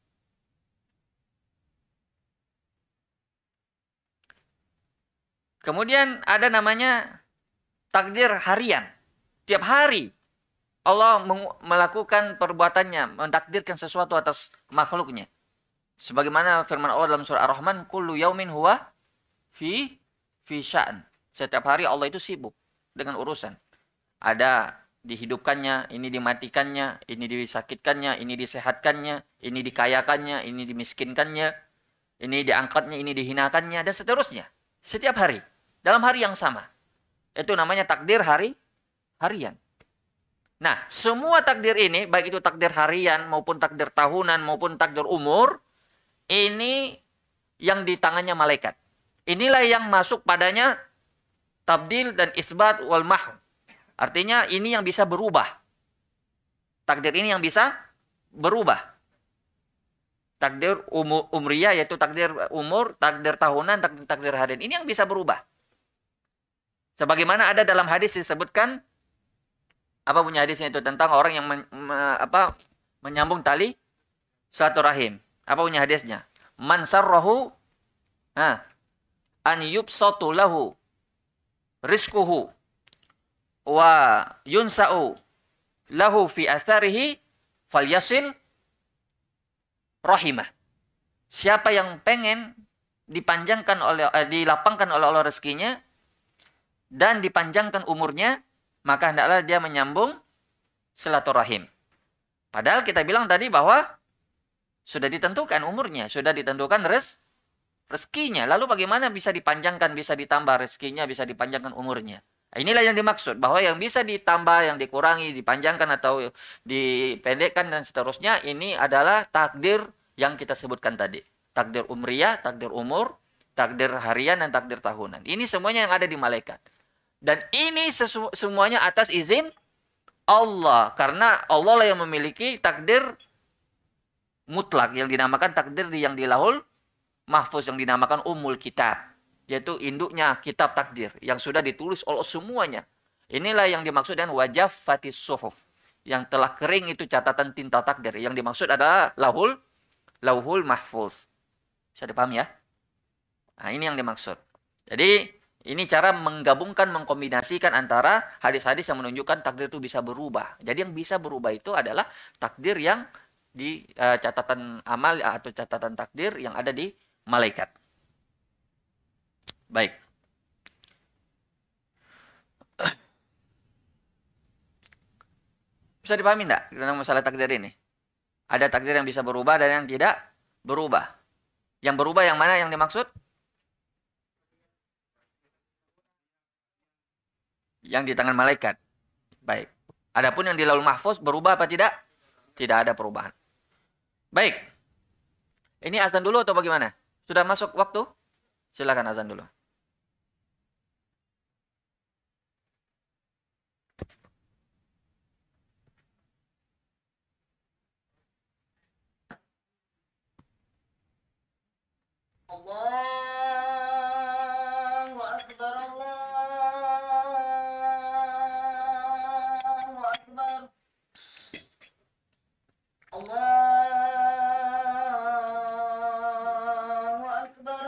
Kemudian ada namanya takdir harian. Tiap hari Allah melakukan perbuatannya, mentakdirkan sesuatu atas makhluknya. Sebagaimana firman Allah dalam surah Ar-Rahman, kullu yaumin huwa fi fi sya'n. Setiap hari Allah itu sibuk dengan urusan. Ada dihidupkannya, ini dimatikannya, ini disakitkannya, ini disehatkannya, ini dikayakannya, ini dimiskinkannya, ini diangkatnya, ini dihinakannya, dan seterusnya. Setiap hari, dalam hari yang sama. Itu namanya takdir hari harian. Nah, semua takdir ini, baik itu takdir harian, maupun takdir tahunan, maupun takdir umur, ini yang di tangannya malaikat. Inilah yang masuk padanya tabdil dan isbat wal mahw. Artinya ini yang bisa berubah. Takdir ini yang bisa berubah. Takdir umur, umriyah, yaitu takdir umur, takdir tahunan, takdir, takdir harian. Ini yang bisa berubah. Sebagaimana ada dalam hadis disebutkan, apa punya hadisnya itu, tentang orang yang men, me, apa, menyambung tali silaturahim. Apa punya hadisnya? Man sarrahu ha, an yubsatu lahu rizquhu wa yunsa'u lahu fi atharihi falyasil rahimah. Siapa yang pengen dipanjangkan oleh eh, dilapangkan oleh Allah rezekinya, dan dipanjangkan umurnya, maka hendaklah dia menyambung silaturahim. Padahal kita bilang tadi bahwa sudah ditentukan umurnya, sudah ditentukan res, rezekinya. Lalu bagaimana bisa dipanjangkan, bisa ditambah rezekinya, bisa dipanjangkan umurnya? Nah, inilah yang dimaksud, bahwa yang bisa ditambah, yang dikurangi, dipanjangkan atau dipendekkan dan seterusnya, ini adalah takdir yang kita sebutkan tadi. Takdir umriyah, takdir umur, takdir harian, dan takdir tahunan. Ini semuanya yang ada di malaikat. Dan ini sesu- semuanya atas izin Allah. Karena Allah lah yang memiliki takdir mutlak, yang dinamakan takdir yang di lahul mahfuz, yang dinamakan umul kitab. Yaitu induknya kitab takdir yang sudah ditulis oleh semuanya. Inilah yang dimaksud dengan wajaffatis suhuf, yang telah kering itu catatan tinta takdir. Yang dimaksud adalah lahul lauhul mahfuz. Bisa dipahami ya? Nah, ini yang dimaksud. Jadi ini cara menggabungkan, mengkombinasikan antara hadis-hadis yang menunjukkan takdir itu bisa berubah. Jadi yang bisa berubah itu adalah takdir yang di uh, catatan amal atau catatan takdir yang ada di malaikat. Baik. Bisa dipahami enggak tentang masalah takdir ini? Ada takdir yang bisa berubah dan yang tidak berubah. Yang berubah yang mana yang dimaksud? Yang di tangan malaikat. Baik. Adapun yang di Lauhul Mahfuz berubah apa tidak? Tidak ada perubahan. Baik. Ini azan dulu atau bagaimana? Sudah masuk waktu? Silakan azan dulu. Allahu Akbar, Allahu Akbar. Allahu Akbar,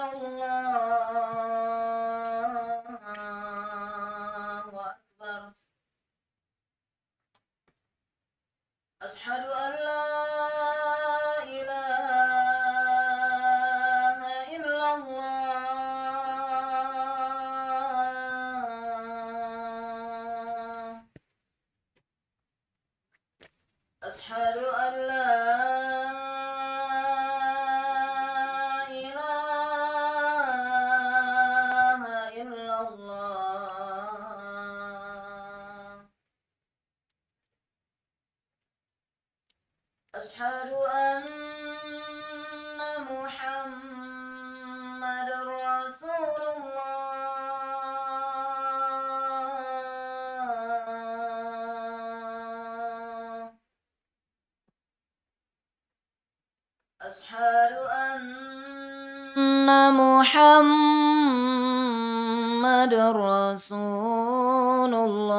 Allahu Akbar. Asyhadu an la أشهد أن محمد رسول الله أشهد أن محمد رسول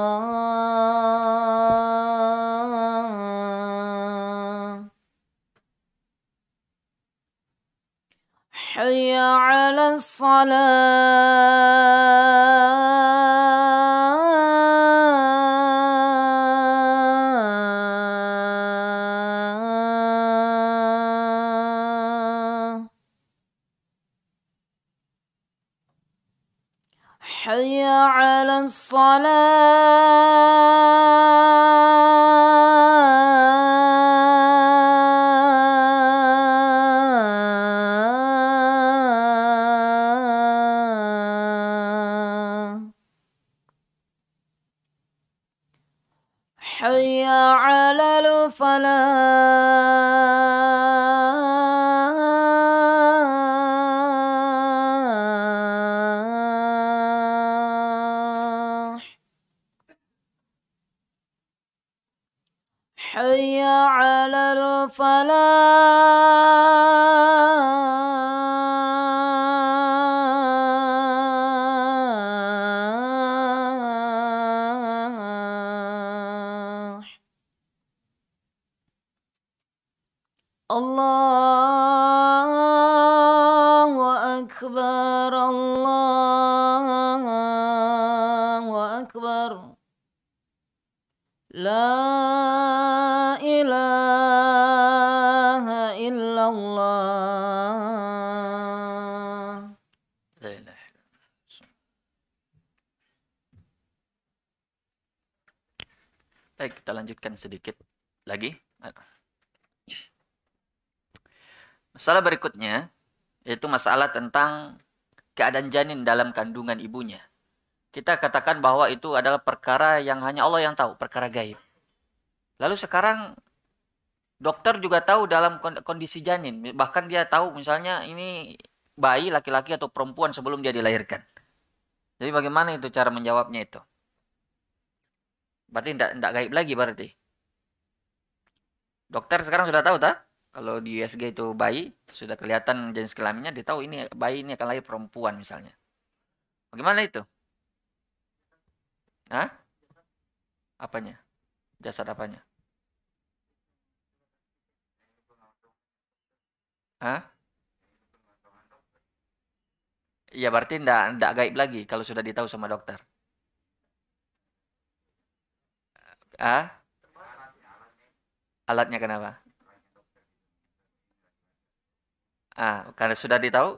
الله حي على الصلاة حي على الصلاة حي على الفلاح حي على الفلاح الله أكبر الله أكبر لا إله إلا الله. Baik, kita lanjutkan sedikit lagi. Masalah berikutnya yaitu masalah tentang keadaan janin dalam kandungan ibunya. Kita katakan bahwa itu adalah perkara yang hanya Allah yang tahu, perkara gaib. Lalu sekarang dokter juga tahu dalam kondisi janin, bahkan dia tahu misalnya ini bayi laki-laki atau perempuan sebelum dia dilahirkan. Jadi bagaimana itu cara menjawabnya itu? Berarti tidak tidak gaib lagi berarti. Dokter sekarang sudah tahu tak? Kalau di U S G itu bayi sudah kelihatan jenis kelaminnya, dia tahu ini bayi ini akan lahir perempuan misalnya. Bagaimana itu? Hah? Apanya? Jasad apanya? Hah? Iya berarti enggak, enggak gaib lagi kalau sudah ditahu sama dokter. Ah? Alatnya kenapa? Ah, karena sudah ditahu.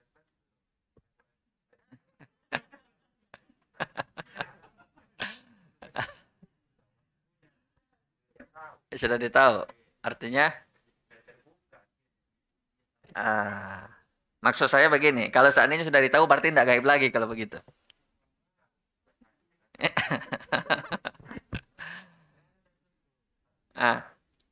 Sudah ditahu. Artinya ah, maksud saya begini, kalau seandainya sudah ditahu berarti tidak gaib lagi kalau begitu. Ah,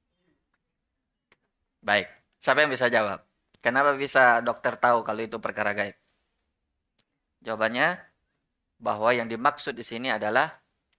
baik. Siapa yang bisa jawab? Kenapa bisa dokter tahu kalau itu perkara gaib? Jawabannya bahwa yang dimaksud di sini adalah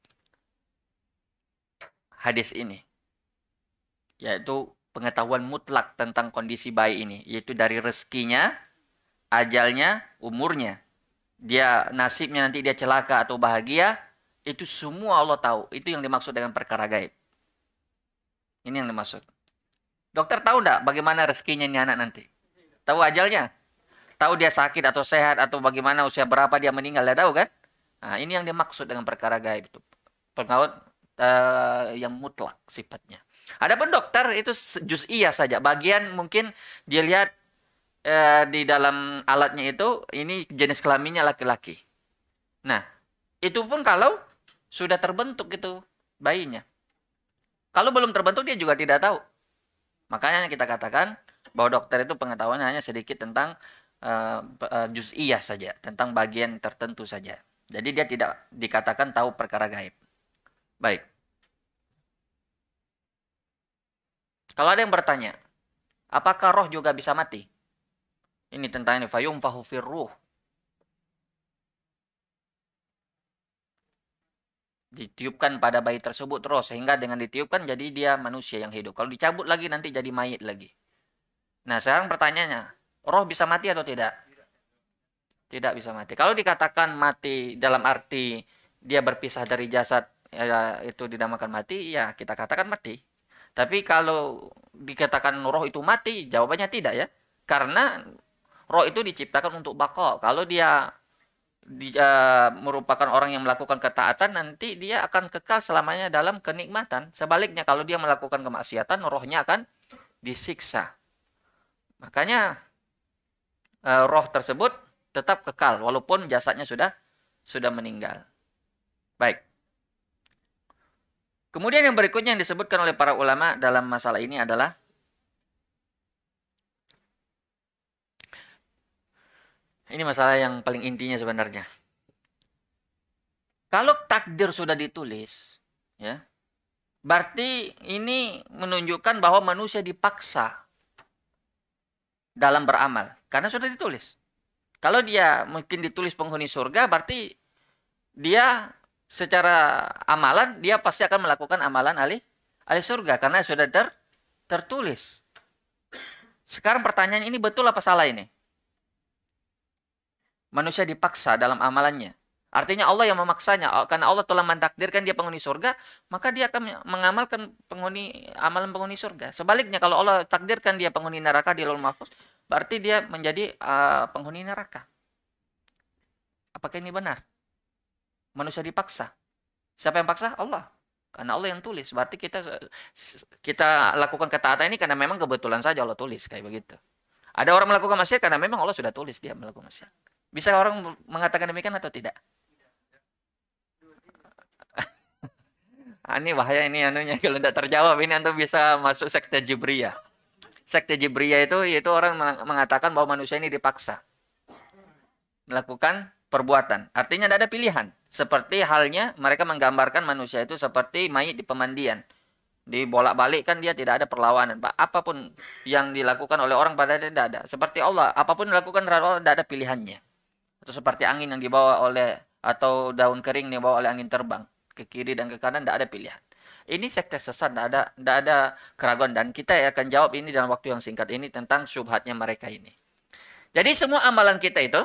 hadis ini, yaitu pengetahuan mutlak tentang kondisi bayi ini, yaitu dari rezekinya, ajalnya, umurnya. Dia nasibnya nanti dia celaka atau bahagia, itu semua Allah tahu. Itu yang dimaksud dengan perkara gaib. Ini yang dimaksud. Dokter tahu enggak bagaimana rezekinya ini anak nanti? Tahu ajalnya? Tahu dia sakit atau sehat atau bagaimana usia berapa dia meninggal, dia tahu kan? Nah, ini yang dimaksud dengan perkara gaib itu. Pengetahuan uh, yang mutlak sifatnya. Adapun dokter itu juz'iyah saja. Bagian mungkin dia lihat uh, di dalam alatnya itu ini jenis kelaminnya laki-laki. Nah, itu pun kalau sudah terbentuk itu bayinya. Kalau belum terbentuk dia juga tidak tahu. Makanya kita katakan bahwa dokter itu pengetahuannya hanya sedikit tentang uh, uh, juz'iyah saja, tentang bagian tertentu saja. Jadi dia tidak dikatakan tahu perkara gaib. Baik. Kalau ada yang bertanya, apakah roh juga bisa mati? Ini tentang ini fayumfahu firruh. Ditiupkan pada bayi tersebut terus, sehingga dengan ditiupkan jadi dia manusia yang hidup. Kalau dicabut lagi nanti jadi mayit lagi. Nah sekarang pertanyaannya, roh bisa mati atau tidak? Tidak bisa mati. Kalau dikatakan mati dalam arti dia berpisah dari jasad, ya, itu dinamakan mati, ya kita katakan mati. Tapi kalau dikatakan roh itu mati, jawabannya tidak ya. Karena roh itu diciptakan untuk baqa. Kalau dia di, uh, merupakan orang yang melakukan ketaatan, nanti dia akan kekal selamanya dalam kenikmatan. Sebaliknya kalau dia melakukan kemaksiatan, rohnya akan disiksa. Makanya uh, roh tersebut tetap kekal walaupun jasadnya sudah sudah meninggal. Baik. Kemudian yang berikutnya yang disebutkan oleh para ulama dalam masalah ini adalah ini masalah yang paling intinya sebenarnya. Kalau takdir sudah ditulis, ya, berarti ini menunjukkan bahwa manusia dipaksa dalam beramal karena sudah ditulis. Kalau dia mungkin ditulis penghuni surga, berarti dia secara amalan dia pasti akan melakukan amalan ahli ahli surga karena sudah ter, tertulis. Sekarang pertanyaan ini betul apa salah ini? Manusia dipaksa dalam amalannya. Artinya Allah yang memaksanya. Karena Allah telah mentakdirkan dia penghuni surga, maka dia akan mengamalkan penghuni amalan penghuni surga. Sebaliknya kalau Allah takdirkan dia penghuni neraka di Lauhul Mahfuz, berarti dia menjadi uh, penghuni neraka. Apakah ini benar? Manusia dipaksa. Siapa yang paksa? Allah. Karena Allah yang tulis. Berarti kita kita lakukan ketaatan ini karena memang kebetulan saja Allah tulis kayak begitu. Ada orang melakukan maksiat karena memang Allah sudah tulis dia melakukan maksiat. Bisa orang mengatakan demikian atau tidak? Ah, ini bahaya ini anunya. Kalau tidak terjawab ini antum bisa masuk sekte Jibriyah. Sekte Jibriyah itu yaitu orang mengatakan bahwa manusia ini dipaksa melakukan perbuatan. Artinya tidak ada pilihan. Seperti halnya mereka menggambarkan manusia itu seperti mayat di pemandian. Dibolak-balik kan dia tidak ada perlawanan. Apapun yang dilakukan oleh orang pada dia tidak ada. Seperti Allah, apapun yang dilakukan terhadap Allah tidak ada pilihannya. Atau seperti angin yang dibawa oleh, atau daun kering yang dibawa oleh angin terbang. Ke kiri dan ke kanan tidak ada pilihan. Ini sekte sesat, tidak ada, tidak ada keraguan. Dan kita akan jawab ini dalam waktu yang singkat ini tentang syubhatnya mereka ini. Jadi semua amalan kita itu,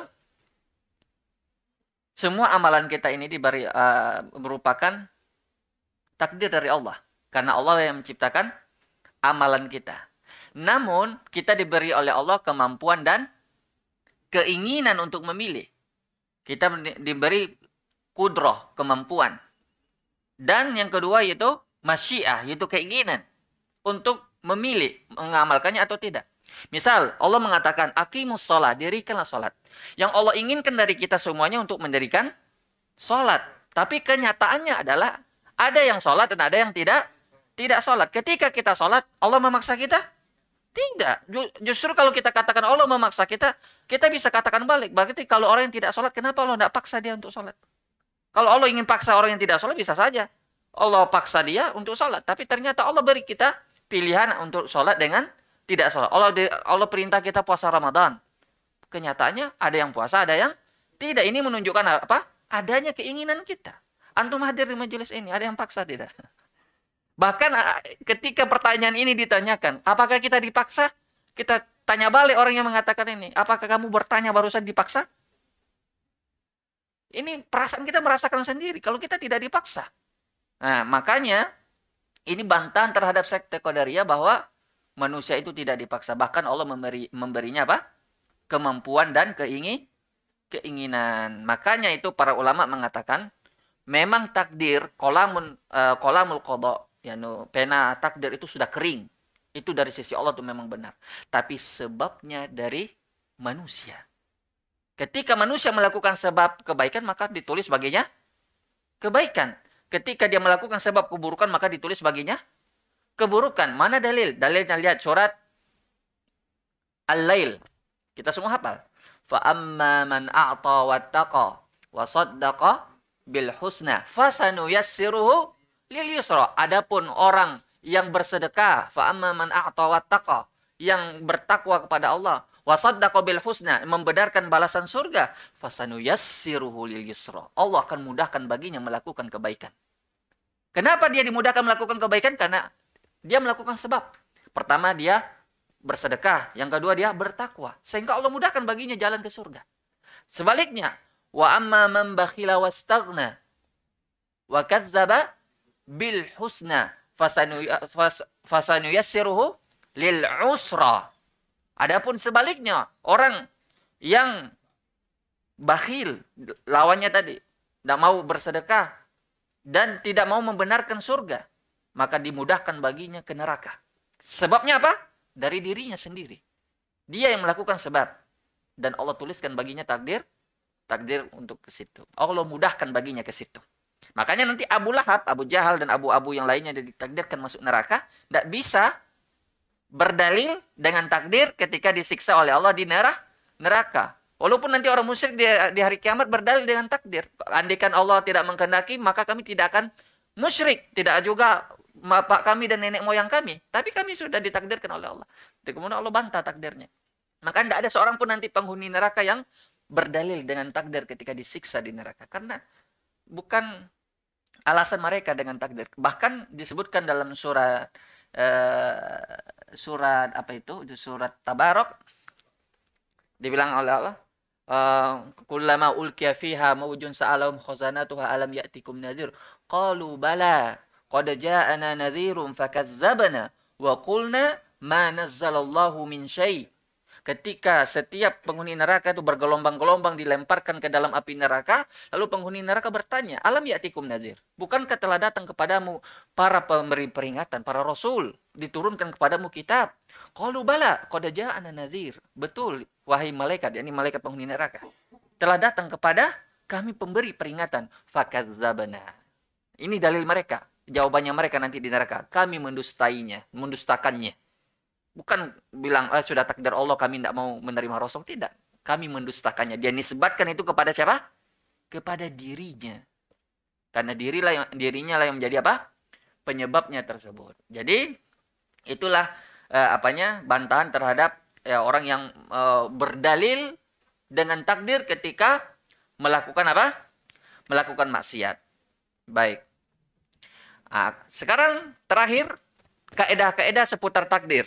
semua amalan kita ini diberi, uh, merupakan takdir dari Allah. Karena Allah yang menciptakan amalan kita. Namun, kita diberi oleh Allah kemampuan dan keinginan untuk memilih. Kita diberi kudroh, kemampuan. Dan yang kedua yaitu masyiah, yaitu keinginan untuk memilih, mengamalkannya atau tidak. Misal, Allah mengatakan, aqimus sholat, dirikanlah sholat. Yang Allah inginkan dari kita semuanya untuk mendirikan sholat. Tapi kenyataannya adalah, ada yang sholat dan ada yang tidak tidak sholat. Ketika kita sholat, Allah memaksa kita? Tidak. Justru kalau kita katakan Allah memaksa kita, kita bisa katakan balik. Berarti kalau orang yang tidak sholat, kenapa Allah tidak paksa dia untuk sholat? Kalau Allah ingin paksa orang yang tidak sholat, bisa saja. Allah paksa dia untuk sholat. Tapi ternyata Allah beri kita pilihan untuk sholat dengan tidak sholat. Allah, Allah perintah kita puasa Ramadan. Kenyataannya ada yang puasa, ada yang tidak. Ini menunjukkan apa? Adanya keinginan kita. Antum hadir di majelis ini, ada yang paksa tidak? Bahkan ketika pertanyaan ini ditanyakan, apakah kita dipaksa? Kita tanya balik orang yang mengatakan ini, apakah kamu bertanya barusan dipaksa? Ini perasaan kita merasakan sendiri kalau kita tidak dipaksa. Nah, makanya ini bantahan terhadap sekte Qadariyah bahwa manusia itu tidak dipaksa. Bahkan Allah memberi, memberinya apa? Kemampuan dan keingin, keinginan. Makanya itu para ulama mengatakan, memang takdir, kolamun, uh, kolamul qadha, ya no, pena takdir itu sudah kering. Itu dari sisi Allah itu memang benar. Tapi sebabnya dari manusia. Ketika manusia melakukan sebab kebaikan, maka ditulis baginya kebaikan. Ketika dia melakukan sebab keburukan, maka ditulis baginya keburukan. Mana dalil? Dalilnya lihat surat Al-Lail. Kita semua hafal. Fa amma man a'ta wattaqa wa saddaqa bil husna fasanuyassiruhu lil yusra. Adapun orang yang bersedekah, fa amma man a'ta wattaqa, yang bertakwa kepada Allah, wa saddaqa bil husna, membenarkan balasan surga, fasanuyassiruhu lil yusra. Allah akan mudahkan baginya melakukan kebaikan. Kenapa dia dimudahkan melakukan kebaikan? Karena dia melakukan sebab. Pertama dia bersedekah, yang kedua dia bertakwa, sehingga Allah mudahkan baginya jalan ke surga. Sebaliknya, wa amma man bakhila wastaghna wa kadzdzaba bil husna fasanuyassiruhu lil usra. Adapun sebaliknya, orang yang bakhil, lawannya tadi, tidak mau bersedekah dan tidak mau membenarkan surga, maka dimudahkan baginya ke neraka. Sebabnya apa? Dari dirinya sendiri. Dia yang melakukan sebab. Dan Allah tuliskan baginya takdir, takdir untuk ke situ. Allah mudahkan baginya ke situ. Makanya nanti Abu Lahab, Abu Jahal, dan Abu-Abu yang lainnya ditakdirkan masuk neraka, tidak bisa berdalil dengan takdir ketika disiksa oleh Allah di neraka. Walaupun nanti orang musyrik di, di hari kiamat berdalil dengan takdir. Andaikan Allah tidak menghendaki, maka kami tidak akan musyrik. Tidak juga bapak kami dan nenek moyang kami. Tapi kami sudah ditakdirkan oleh Allah. Kemudian Allah bantah takdirnya. Maka tidak ada seorang pun nanti penghuni neraka yang berdalil dengan takdir ketika disiksa di neraka. Karena bukan alasan mereka dengan takdir. Bahkan disebutkan dalam surat uh, surat apa itu? Surat Tabarok. Dibilang oleh Allah, kullama ulqiya fiha mawjun sa'alahum khazanatuha alam ya'tikum nadhir qalu bala qad ja'ana nadhirun fakazzabna wa qulna ma nazzalallahu min syai'. Ketika setiap penghuni neraka itu bergelombang-gelombang dilemparkan ke dalam api neraka, lalu penghuni neraka bertanya, alam ya'tikum nadhir, bukankah telah datang kepadamu para pemberi peringatan, para rasul, diturunkan kepadamu kitab? Qalu bala qad ja'ana nadhir, betul wahai malaikat, yakni malaikat penghuni neraka, telah datang kepada kami pemberi peringatan. Fakazzabna. Ini dalil mereka. jawabannya mereka nanti di neraka? Kami mendustainya, mendustakannya. Bukan bilang, eh, sudah takdir Allah kami tidak mau menerima Rasul. Tidak. Kami mendustakannya. Dia nisbatkan itu kepada siapa? Kepada dirinya. Karena dirilah yang, dirinya lah yang menjadi apa? Penyebabnya tersebut. Jadi itulah eh, apanya bantahan terhadap ya, orang yang eh, berdalil dengan takdir ketika melakukan apa? Melakukan maksiat. Baik. Nah, sekarang terakhir kaidah-kaidah seputar takdir.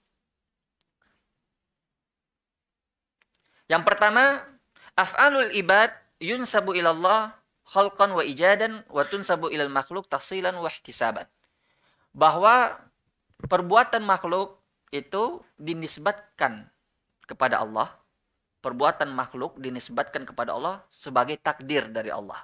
Yang pertama, af'alul ibad yunsabu ilallah khalqan wa ijadan wa tunsabu ilal makhluk tahsilan wa ihtisaban. Bahwa perbuatan makhluk itu dinisbatkan kepada Allah. Perbuatan makhluk dinisbatkan kepada Allah sebagai takdir dari Allah.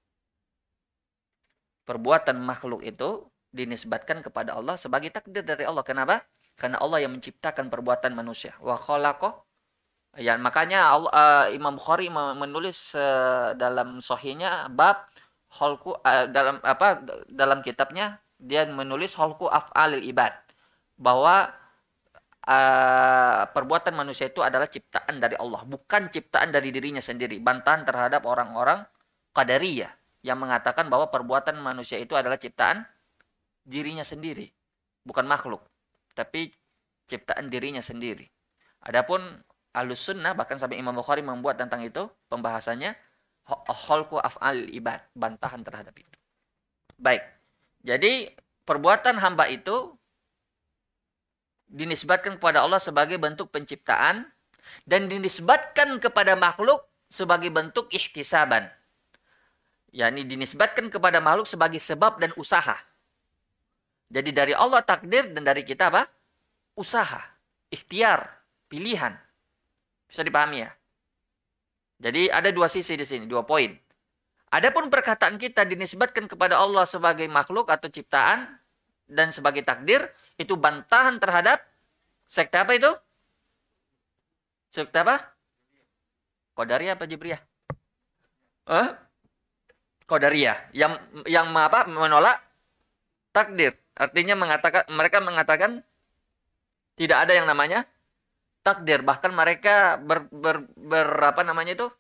Perbuatan makhluk itu dinisbatkan kepada Allah sebagai takdir dari Allah. Kenapa? Karena Allah yang menciptakan perbuatan manusia. Wa khalaqa. Ya, makanya Allah, uh, Imam Bukhari menulis uh, dalam sahihnya bab khalqu uh, dalam apa dalam kitabnya dia menulis khalqu af'alil ibad, bahwa uh, perbuatan manusia itu adalah ciptaan dari Allah, bukan ciptaan dari dirinya sendiri. Bantahan terhadap orang-orang Qadariyah yang mengatakan bahwa perbuatan manusia itu adalah ciptaan dirinya sendiri, bukan makhluk, tapi ciptaan dirinya sendiri. Adapun Ahlus Sunnah, bahkan sampai Imam Bukhari membuat tentang itu pembahasannya, khalqu af'al ibad, bantahan terhadap itu. Baik. Jadi perbuatan hamba itu dinisbatkan kepada Allah sebagai bentuk penciptaan dan dinisbatkan kepada makhluk sebagai bentuk ihtisaban. yakni dinisbatkan kepada makhluk sebagai sebab dan usaha. Jadi dari Allah takdir dan dari kita apa? Usaha, ikhtiar, pilihan. Bisa dipahami ya? Jadi ada dua sisi di sini, dua poin. Adapun perkataan kita dinisbatkan kepada Allah sebagai makhluk atau ciptaan dan sebagai takdir, itu bantahan terhadap sekte apa itu? Sekte apa? Qadariyah apa Jibriyah? Eh? Qadariyah yang yang apa? Menolak takdir. Artinya mengatakan mereka mengatakan tidak ada yang namanya takdir, bahkan mereka ber, ber, ber apa namanya itu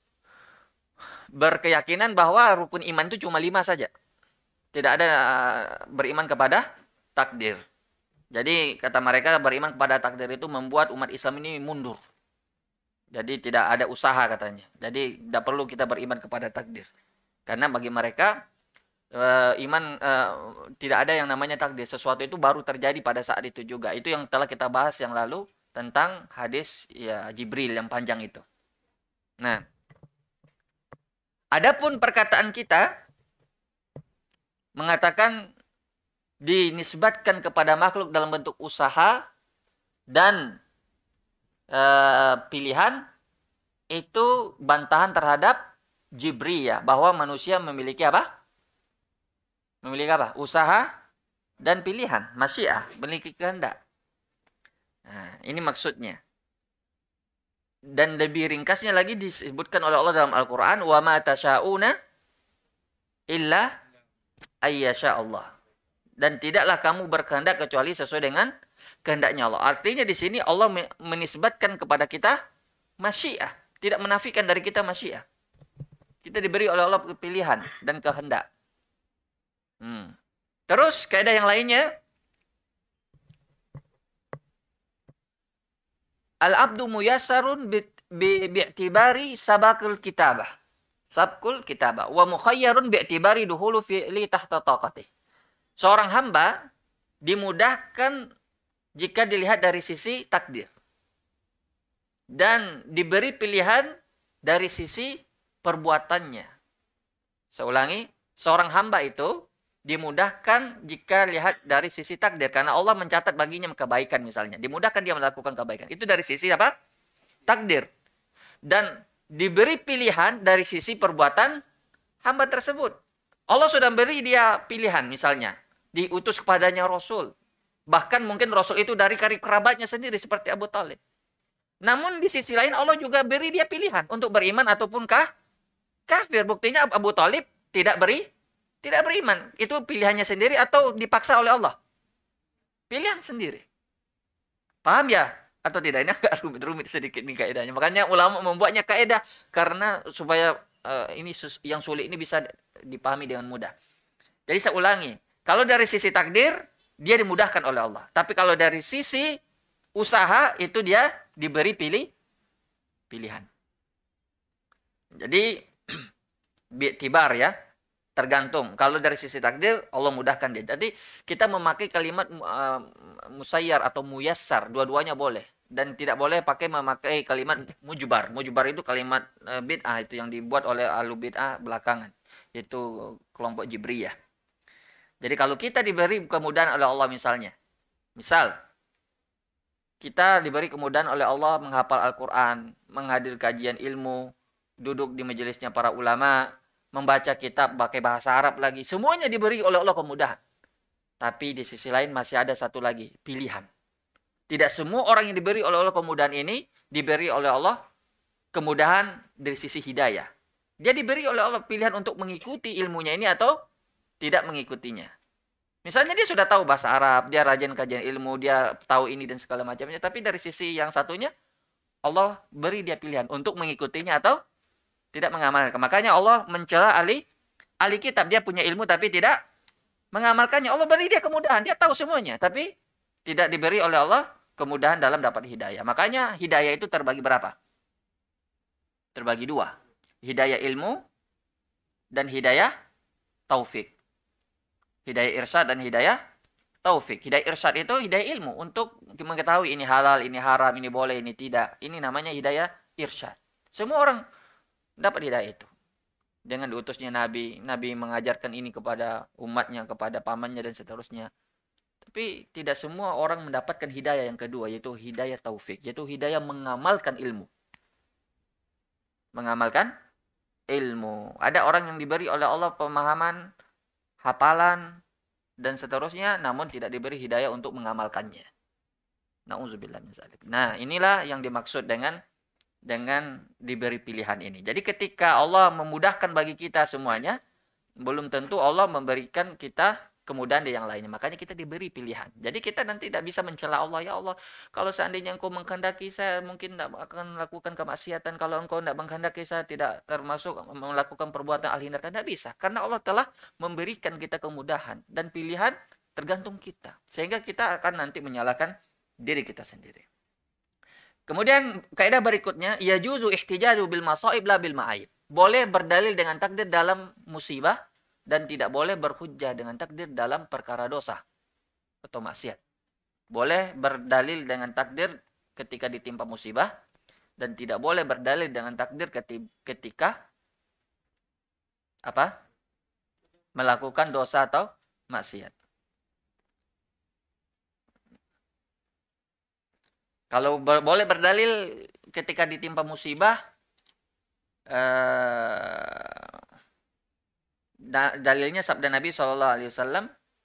berkeyakinan bahwa rukun iman itu cuma lima saja. Tidak ada beriman kepada takdir. Jadi kata mereka beriman kepada takdir itu membuat umat Islam ini mundur. Jadi tidak ada usaha katanya. Jadi tidak perlu kita beriman kepada takdir. Karena bagi mereka iman tidak ada yang namanya takdir. Sesuatu itu baru terjadi pada saat itu juga. Itu yang telah kita bahas yang lalu tentang hadis ya Jibril yang panjang itu. Nah, adapun perkataan kita mengatakan dinisbatkan kepada makhluk dalam bentuk usaha dan e, pilihan, itu bantahan terhadap Jibriyah bahwa manusia memiliki apa? Memiliki apa? Usaha dan pilihan, masyiah, memiliki kehendak. Nah, ini maksudnya. Dan lebih ringkasnya lagi disebutkan oleh Allah dalam Al-Quran, wa ma tasha'una illa ayyasha Allah. Dan tidaklah kamu berkehendak kecuali sesuai dengan kehendaknya Allah. Artinya di sini Allah menisbatkan kepada kita masyiah, tidak menafikan dari kita masyiah. Kita diberi oleh Allah pilihan dan kehendak. Hmm. Terus kaidah yang lainnya, al-abdu muyassarun bi'tibari sabakul kitabah. Sabkul kitabah. Wa mukhayyarun bi'tibari duhulu fi'li tahta taqatih. Seorang hamba dimudahkan jika dilihat dari sisi takdir. Dan diberi pilihan dari sisi perbuatannya. Saya ulangi, seorang hamba itu dimudahkan jika lihat dari sisi takdir, karena Allah mencatat baginya kebaikan misalnya, dimudahkan dia melakukan kebaikan, itu dari sisi apa? Takdir. Dan diberi pilihan dari sisi perbuatan hamba tersebut. Allah sudah beri dia pilihan, misalnya diutus kepadanya Rasul, bahkan mungkin Rasul itu dari karib kerabatnya sendiri seperti Abu Talib. Namun di sisi lain Allah juga beri dia pilihan untuk beriman ataupun kah? Kafir. Buktinya Abu Talib tidak beri Tidak beriman. Itu pilihannya sendiri atau dipaksa oleh Allah? Pilihan sendiri. Paham ya? Atau tidak? Ini agak rumit-rumit sedikit nih kaedahnya. Makanya ulama membuatnya kaedah karena supaya uh, ini yang sulit ini bisa dipahami dengan mudah. Jadi saya ulangi. Kalau dari sisi takdir, dia dimudahkan oleh Allah. Tapi kalau dari sisi usaha, itu dia diberi pilih pilihan. Jadi, tibar ya. Tergantung. Kalau dari sisi takdir, Allah mudahkan dia. Jadi kita memakai kalimat uh, musayyar atau muyassar. Dua-duanya boleh. Dan tidak boleh pakai memakai kalimat mujbar. Mujbar itu kalimat uh, bid'ah. Itu yang dibuat oleh ahlu bid'ah belakangan. Itu kelompok Jibriyah. Jadi kalau kita diberi kemudahan oleh Allah misalnya. Misal, kita diberi kemudahan oleh Allah menghafal Al-Quran. Menghadir kajian ilmu. Duduk di majelisnya para ulama. Membaca kitab pakai bahasa Arab lagi. Semuanya diberi oleh Allah kemudahan. Tapi di sisi lain masih ada satu lagi. Pilihan. Tidak semua orang yang diberi oleh Allah kemudahan ini. Diberi oleh Allah kemudahan dari sisi hidayah. Dia diberi oleh Allah pilihan untuk mengikuti ilmunya ini atau tidak mengikutinya. Misalnya dia sudah tahu bahasa Arab. Dia rajin kajian ilmu. Dia tahu ini dan segala macamnya. Tapi dari sisi yang satunya. Allah beri dia pilihan untuk mengikutinya atau tidak mengamalkan. Makanya Allah mencela ahli ahli kitab. Dia punya ilmu tapi tidak mengamalkannya. Allah beri dia kemudahan. Dia tahu semuanya. Tapi tidak diberi oleh Allah kemudahan dalam dapat hidayah. Makanya hidayah itu terbagi berapa? Terbagi dua. Hidayah ilmu dan hidayah taufik. Hidayah irsyad dan hidayah taufik. Hidayah irsyad itu hidayah ilmu. Untuk mengetahui ini halal, ini haram, ini boleh, ini tidak. Ini namanya hidayah irsyad. Semua orang dapat hidayah itu. Dengan diutusnya Nabi. Nabi mengajarkan ini kepada umatnya, kepada pamannya dan seterusnya. Tapi tidak semua orang mendapatkan hidayah yang kedua. Yaitu hidayah taufik. Yaitu hidayah mengamalkan ilmu. Mengamalkan ilmu. Ada orang yang diberi oleh Allah pemahaman, hafalan, dan seterusnya. Namun tidak diberi hidayah untuk mengamalkannya. Na'udzubillah min dzalik. Nah inilah yang dimaksud dengan dengan diberi pilihan ini. Jadi ketika Allah memudahkan bagi kita semuanya, belum tentu Allah memberikan kita kemudahan di yang lainnya. Makanya kita diberi pilihan. Jadi kita nanti tidak bisa mencela Allah. Ya Allah, kalau seandainya engkau menghendaki saya mungkin tidak akan melakukan kemaksiatan. Kalau engkau tidak menghendaki saya tidak termasuk melakukan perbuatan al-hindarkan. Tidak bisa. Karena Allah telah memberikan kita kemudahan. Dan pilihan tergantung kita. Sehingga kita akan nanti menyalahkan diri kita sendiri. Kemudian kaidah berikutnya, yajuzu ihtijaju bil masaib la bil ma'aib. Boleh berdalil dengan takdir dalam musibah dan tidak boleh berhujjah dengan takdir dalam perkara dosa atau maksiat. Boleh berdalil dengan takdir ketika ditimpa musibah dan tidak boleh berdalil dengan takdir ketika apa? Melakukan dosa atau maksiat. Kalau ber, boleh berdalil ketika ditimpa musibah, eh, da, dalilnya sabda Nabi shallallahu alaihi wasallam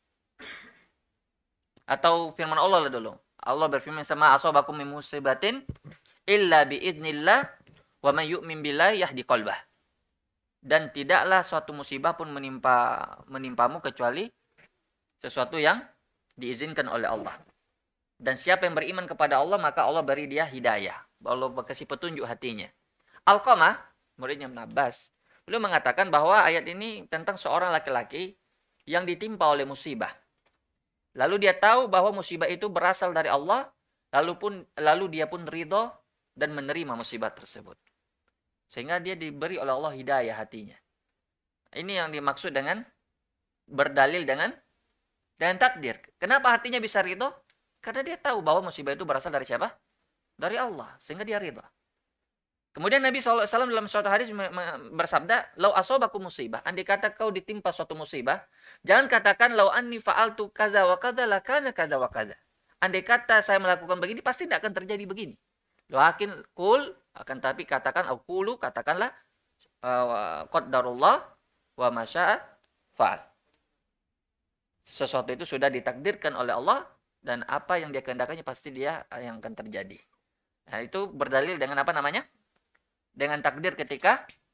atau firman Allah dulu. Allah berfirman sama asobakum min musibatin illa biiznillah wa may yu'min billahi yahdi qalbah. Dan tidaklah suatu musibah pun menimpa menimpamu kecuali sesuatu yang diizinkan oleh Allah. Dan siapa yang beriman kepada Allah, maka Allah beri dia hidayah. Allah kasih petunjuk hatinya. Al-Qamah, muridnya Ibn Abbas, beliau mengatakan bahwa ayat ini tentang seorang laki-laki yang ditimpa oleh musibah. Lalu dia tahu bahwa musibah itu berasal dari Allah, lalu pun lalu dia pun ridho dan menerima musibah tersebut. Sehingga dia diberi oleh Allah hidayah hatinya. Ini yang dimaksud dengan berdalil dengan dengan takdir. Kenapa hatinya bisa ridho? Karena dia tahu bahwa musibah itu berasal dari siapa? Dari Allah. Sehingga dia ridha. Kemudian Nabi shallallahu alaihi wasallam dalam suatu hadis bersabda, "Lau asobakum musibah." Andai kata kau ditimpa suatu musibah, jangan katakan, "Lau anni fa'altu kaza wa kaza lakana kaza wa kaza." Andai kata saya melakukan begini, pasti tidak akan terjadi begini. Lakin kul, akan tapi katakan, aqulu, katakanlah, qaddarullah wa masya'a fa'al. Sesuatu itu sudah ditakdirkan oleh Allah, dan apa yang dia kehendakannya pasti dia yang akan terjadi. Nah, itu berdalil dengan apa namanya? Dengan takdir ketika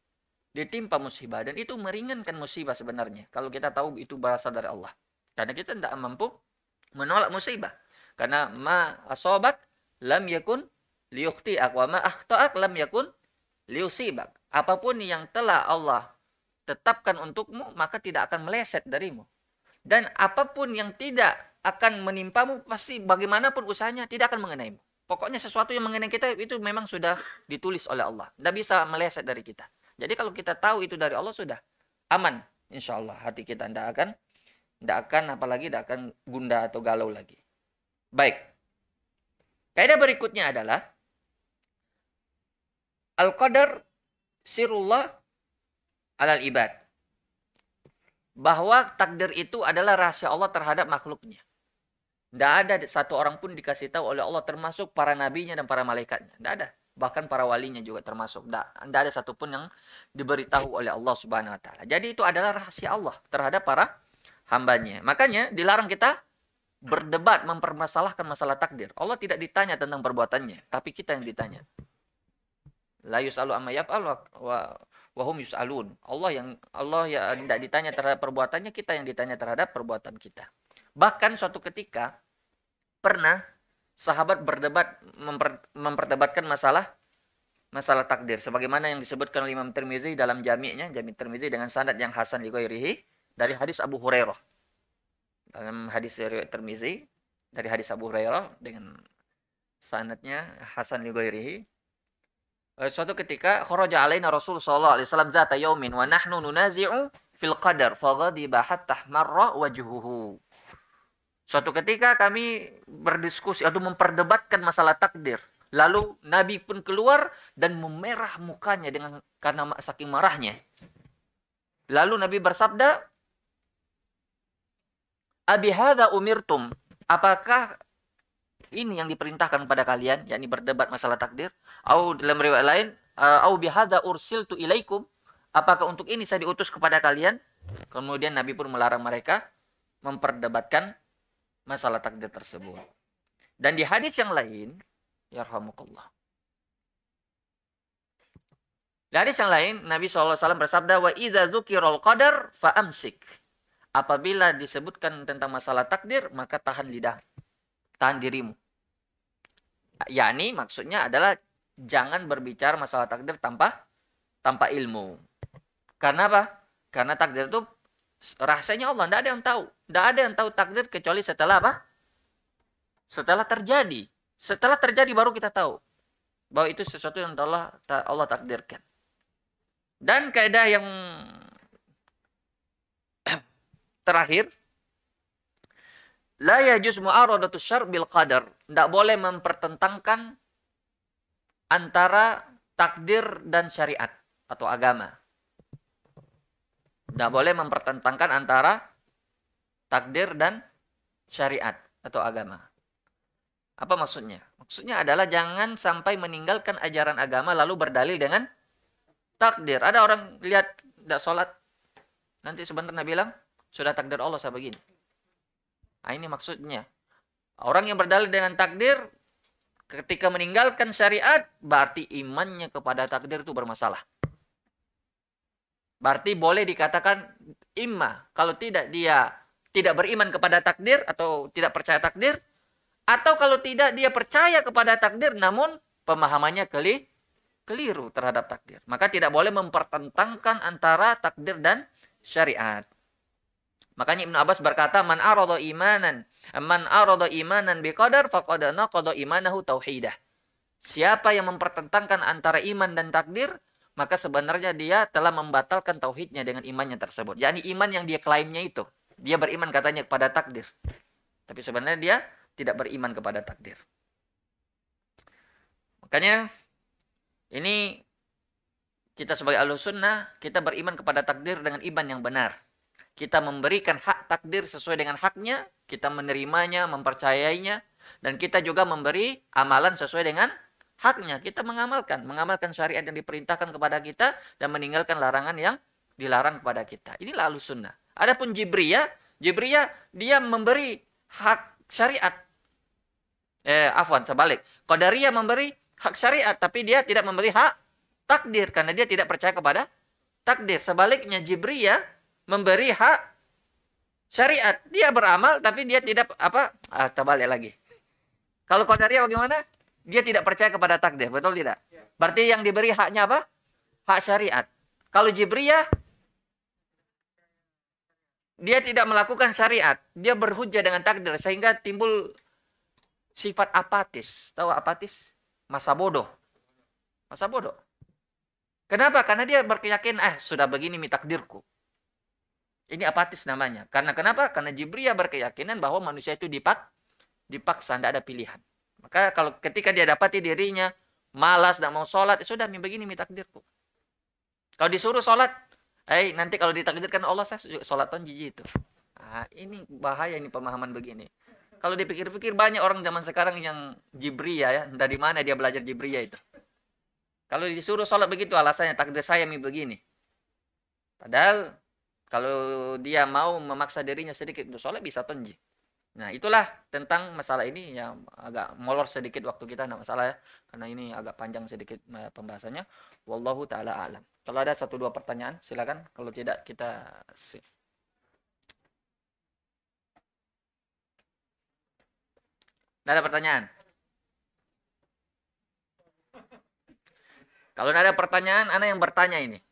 ditimpa musibah, dan itu meringankan musibah sebenarnya kalau kita tahu itu berasal dari Allah. Karena kita tidak mampu menolak musibah. Karena ma asobak lam yakun liyukhti'ak wa ma akhta'ak lam yakun liyusibak. Apapun yang telah Allah tetapkan untukmu, maka tidak akan meleset darimu. Dan apapun yang tidak akan menimpamu, pasti bagaimanapun usahanya tidak akan mengenaimu. Pokoknya sesuatu yang mengenai kita itu memang sudah ditulis oleh Allah. Tidak bisa meleset dari kita. Jadi kalau kita tahu itu dari Allah, sudah aman. Insya Allah hati kita tidak akan, tidak akan apalagi tidak akan gundah atau galau lagi. Baik. Kaidah berikutnya adalah al-qadar sirullah alal ibad. Bahwa takdir itu adalah rahasia Allah terhadap makhluknya. Tidak ada satu orang pun dikasih tahu oleh Allah, termasuk para nabinya dan para malaikatnya. Tidak ada. Bahkan para walinya juga termasuk. Tidak ada satupun yang diberitahu oleh Allah Subhanahu Wa Taala. Jadi itu adalah rahasia Allah terhadap para hambanya. Makanya dilarang kita berdebat, mempermasalahkan masalah takdir. Allah tidak ditanya tentang perbuatannya, tapi kita yang ditanya. La yus'alu amma yaf'al wa wahum yus'alun. Allah yang Allah yang tidak ditanya terhadap perbuatannya, kita yang ditanya terhadap perbuatan kita. Bahkan suatu ketika pernah sahabat berdebat memper, memperdebatkan masalah masalah takdir sebagaimana yang disebutkan oleh Imam Tirmizi dalam Jami'-nya, Jami' Tirmizi dengan sanad yang hasan li ghairihi dari hadis Abu Hurairah. Dalam hadis riwayat Tirmizi dari hadis Abu Hurairah dengan sanadnya hasan li ghairihi. Suatu ketika kharaja alaina Rasul sallallahu alaihi wasallam zata yaumin wa nahnu nunazi'u fil qadar faghadiba hatta marra wajhuhu. Suatu ketika kami berdiskusi atau memperdebatkan masalah takdir. Lalu Nabi pun keluar dan memerah mukanya dengan karena saking marahnya. Lalu Nabi bersabda, "Abi hadza umirtum?" Apakah ini yang diperintahkan pada kalian, yakni berdebat masalah takdir? Atau dalam riwayat lain, "Au bihadza ursiltu ilaikum?" Apakah untuk ini saya diutus kepada kalian? Kemudian Nabi pun melarang mereka memperdebatkan masalah takdir tersebut. Dan di hadis yang lain, yarhamukallah. Di hadis yang lain, Nabi shallallahu alaihi wasallam bersabda, "Wa idza dzukirul qadar fa amsik." Apabila disebutkan tentang masalah takdir, maka tahan lidah, tahan dirimu. Yakni maksudnya adalah jangan berbicara masalah takdir tanpa tanpa ilmu. Karena apa? Karena takdir itu rahasianya Allah, tidak ada yang tahu. Tidak ada yang tahu takdir kecuali setelah apa? Setelah terjadi. Setelah terjadi baru kita tahu bahwa itu sesuatu yang Allah Allah takdirkan. Dan kaidah yang terakhir, la yajuz mu'aradatu syar' bil qadar. Tidak boleh mempertentangkan antara takdir dan syariat atau agama. Tidak boleh mempertentangkan antara takdir dan syariat atau agama. Apa maksudnya? Maksudnya adalah jangan sampai meninggalkan ajaran agama lalu berdalil dengan takdir. Ada orang lihat tidak sholat, nanti sebentar Nabi bilang, sudah takdir Allah saya begini. Nah, ini maksudnya. Orang yang berdalil dengan takdir, ketika meninggalkan syariat, berarti imannya kepada takdir itu bermasalah. Berarti boleh dikatakan imma. Kalau tidak, dia tidak beriman kepada takdir atau tidak percaya takdir. Atau kalau tidak, dia percaya kepada takdir namun pemahamannya keli, keliru terhadap takdir. Maka tidak boleh mempertentangkan antara takdir dan syariat. Makanya Ibnu Abbas berkata, man arada imanan, man arada imanan biqadar faqad naqada imanahu tauhidah. Siapa yang mempertentangkan antara iman dan takdir, maka sebenarnya dia telah membatalkan tauhidnya dengan imannya tersebut. Yakni iman yang dia klaimnya itu. Dia beriman katanya kepada takdir. Tapi sebenarnya dia tidak beriman kepada takdir. Makanya ini kita sebagai Ahlus Sunnah, kita beriman kepada takdir dengan iman yang benar. Kita memberikan hak takdir sesuai dengan haknya, kita menerimanya, mempercayainya, dan kita juga memberi amalan sesuai dengan haknya. Kita mengamalkan, mengamalkan syariat yang diperintahkan kepada kita dan meninggalkan larangan yang dilarang kepada kita. Inilah Ahlus Sunnah. Adapun Jibriyah, Jibriyah dia memberi hak syariat. Eh, afwan, sebalik. Qadariyah memberi hak syariat, tapi dia tidak memberi hak takdir karena dia tidak percaya kepada takdir. Sebaliknya Jibriyah memberi hak syariat. Dia beramal tapi dia tidak apa? Ah, terbalik lagi. Kalau Qadariyah bagaimana? Dia tidak percaya kepada takdir, betul tidak? Berarti yang diberi haknya apa? Hak syariat. Kalau Jibriyah dia tidak melakukan syariat, dia berhujjah dengan takdir sehingga timbul sifat apatis. Tahu apatis? Masa bodoh. Masa bodoh. Kenapa? Karena dia berkeyakinan, eh sudah begini mi takdirku. Ini apatis namanya. Karena kenapa? Karena Jibriyah berkeyakinan bahwa manusia itu dipak, dipaksa, tidak ada pilihan. Maka kalau ketika dia dapati dirinya malas, tidak mau sholat, ya sudah mi begini mi takdirku. Kalau disuruh sholat, eh nanti kalau ditakdirkan Allah saya sholat pun jijik itu. Nah, ini bahaya ini pemahaman begini. Kalau dipikir-pikir banyak orang zaman sekarang yang Jibriyah ya, dari mana dia belajar Jibriyah itu. Kalau disuruh sholat begitu alasannya takdir saya mi begini. Padahal kalau dia mau memaksa dirinya sedikit untuk sholat bisa tonji. Nah itulah tentang masalah ini yang agak molor sedikit waktu kita, tidak masalah ya. Karena ini agak panjang sedikit pembahasannya. Wallahu ta'ala a'lam. Kalau ada satu dua pertanyaan silakan. Kalau tidak kita save. Tidak ada pertanyaan? Kalau tidak ada pertanyaan, ana yang bertanya ini.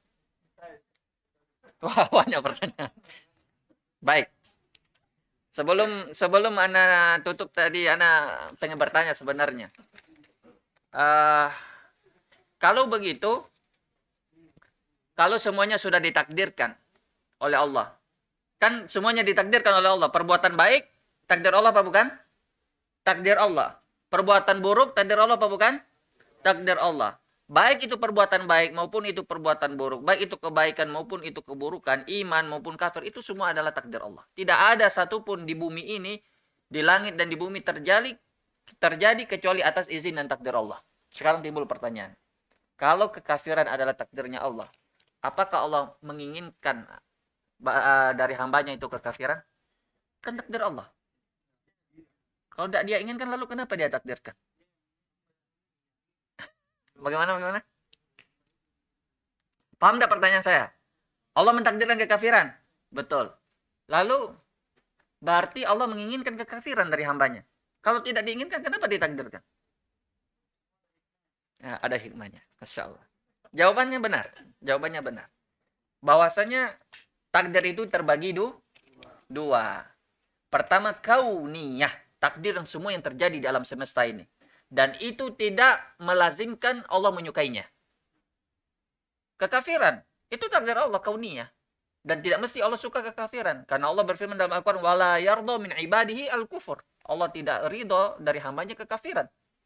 Wah, banyak pertanyaan. Baik. Sebelum sebelum ana tutup tadi, ana pengen bertanya sebenarnya. Uh, kalau begitu, kalau semuanya sudah ditakdirkan oleh Allah, kan semuanya ditakdirkan oleh Allah. Perbuatan baik, takdir Allah apa bukan? Takdir Allah. Perbuatan buruk, takdir Allah apa bukan? Takdir Allah. Baik itu perbuatan baik maupun itu perbuatan buruk, baik itu kebaikan maupun itu keburukan, iman maupun kafir, itu semua adalah takdir Allah. Tidak ada satupun di bumi ini, di langit dan di bumi terjadi, terjadi kecuali atas izin dan takdir Allah. Sekarang timbul pertanyaan. Kalau kekafiran adalah takdirnya Allah, apakah Allah menginginkan dari hambanya itu kekafiran? Kan takdir Allah. Kalau tidak dia inginkan, lalu kenapa dia takdirkan? Bagaimana, bagaimana? Paham tidak pertanyaan saya? Allah mentakdirkan kekafiran. Betul. Lalu, berarti Allah menginginkan kekafiran dari hambanya. Kalau tidak diinginkan, kenapa ditakdirkan? Ya, ada hikmahnya. Masya Allah. Jawabannya benar. Jawabannya benar. Bahwasanya takdir itu terbagi du, dua. Pertama, kauniyah. Takdir yang semua yang terjadi di alam semesta ini. Dan itu tidak melazimkan Allah menyukainya. Kekafiran, itu takdir Allah kauniyah. Dan tidak mesti Allah suka kekafiran. Karena Allah berfirman dalam Al-Quran, وَلَا يَرْضَ مِنْ عِبَادِهِ الْكُفُرِ. Allah tidak ridho dari hambanya kekafiran.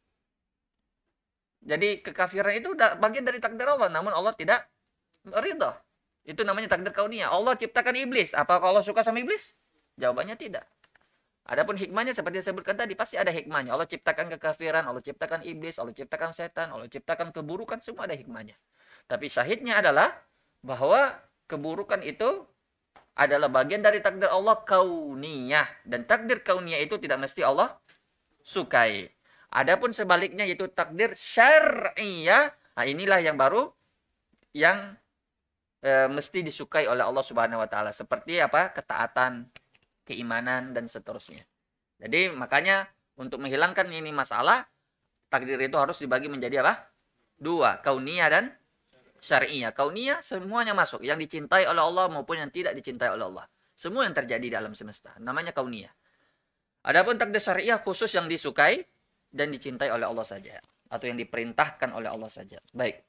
Jadi kekafiran itu bagian dari takdir Allah. Namun Allah tidak ridho. Itu namanya takdir kauniyah. Allah ciptakan iblis. Apakah Allah suka sama iblis? Jawabannya tidak. Adapun hikmahnya seperti yang saya sebutkan tadi, pasti ada hikmahnya. Allah ciptakan kekafiran, Allah ciptakan iblis, Allah ciptakan setan, Allah ciptakan keburukan, semua ada hikmahnya. Tapi syahidnya adalah bahwa keburukan itu adalah bagian dari takdir Allah kauniyah. Dan takdir kauniyah itu tidak mesti Allah sukai. Adapun sebaliknya yaitu takdir syar'iyah, nah inilah yang baru yang e, mesti disukai oleh Allah Subhanahu wa taala. Seperti apa? Ketaatan, keimanan dan seterusnya. Jadi makanya untuk menghilangkan ini masalah, takdir itu harus dibagi menjadi apa? Dua, kauniyah dan syar'iyah. Kauniyah semuanya masuk, yang dicintai oleh Allah maupun yang tidak dicintai oleh Allah. Semua yang terjadi di alam semesta namanya kauniyah. Adapun takdir syar'iyah khusus yang disukai dan dicintai oleh Allah saja, atau yang diperintahkan oleh Allah saja. Baik.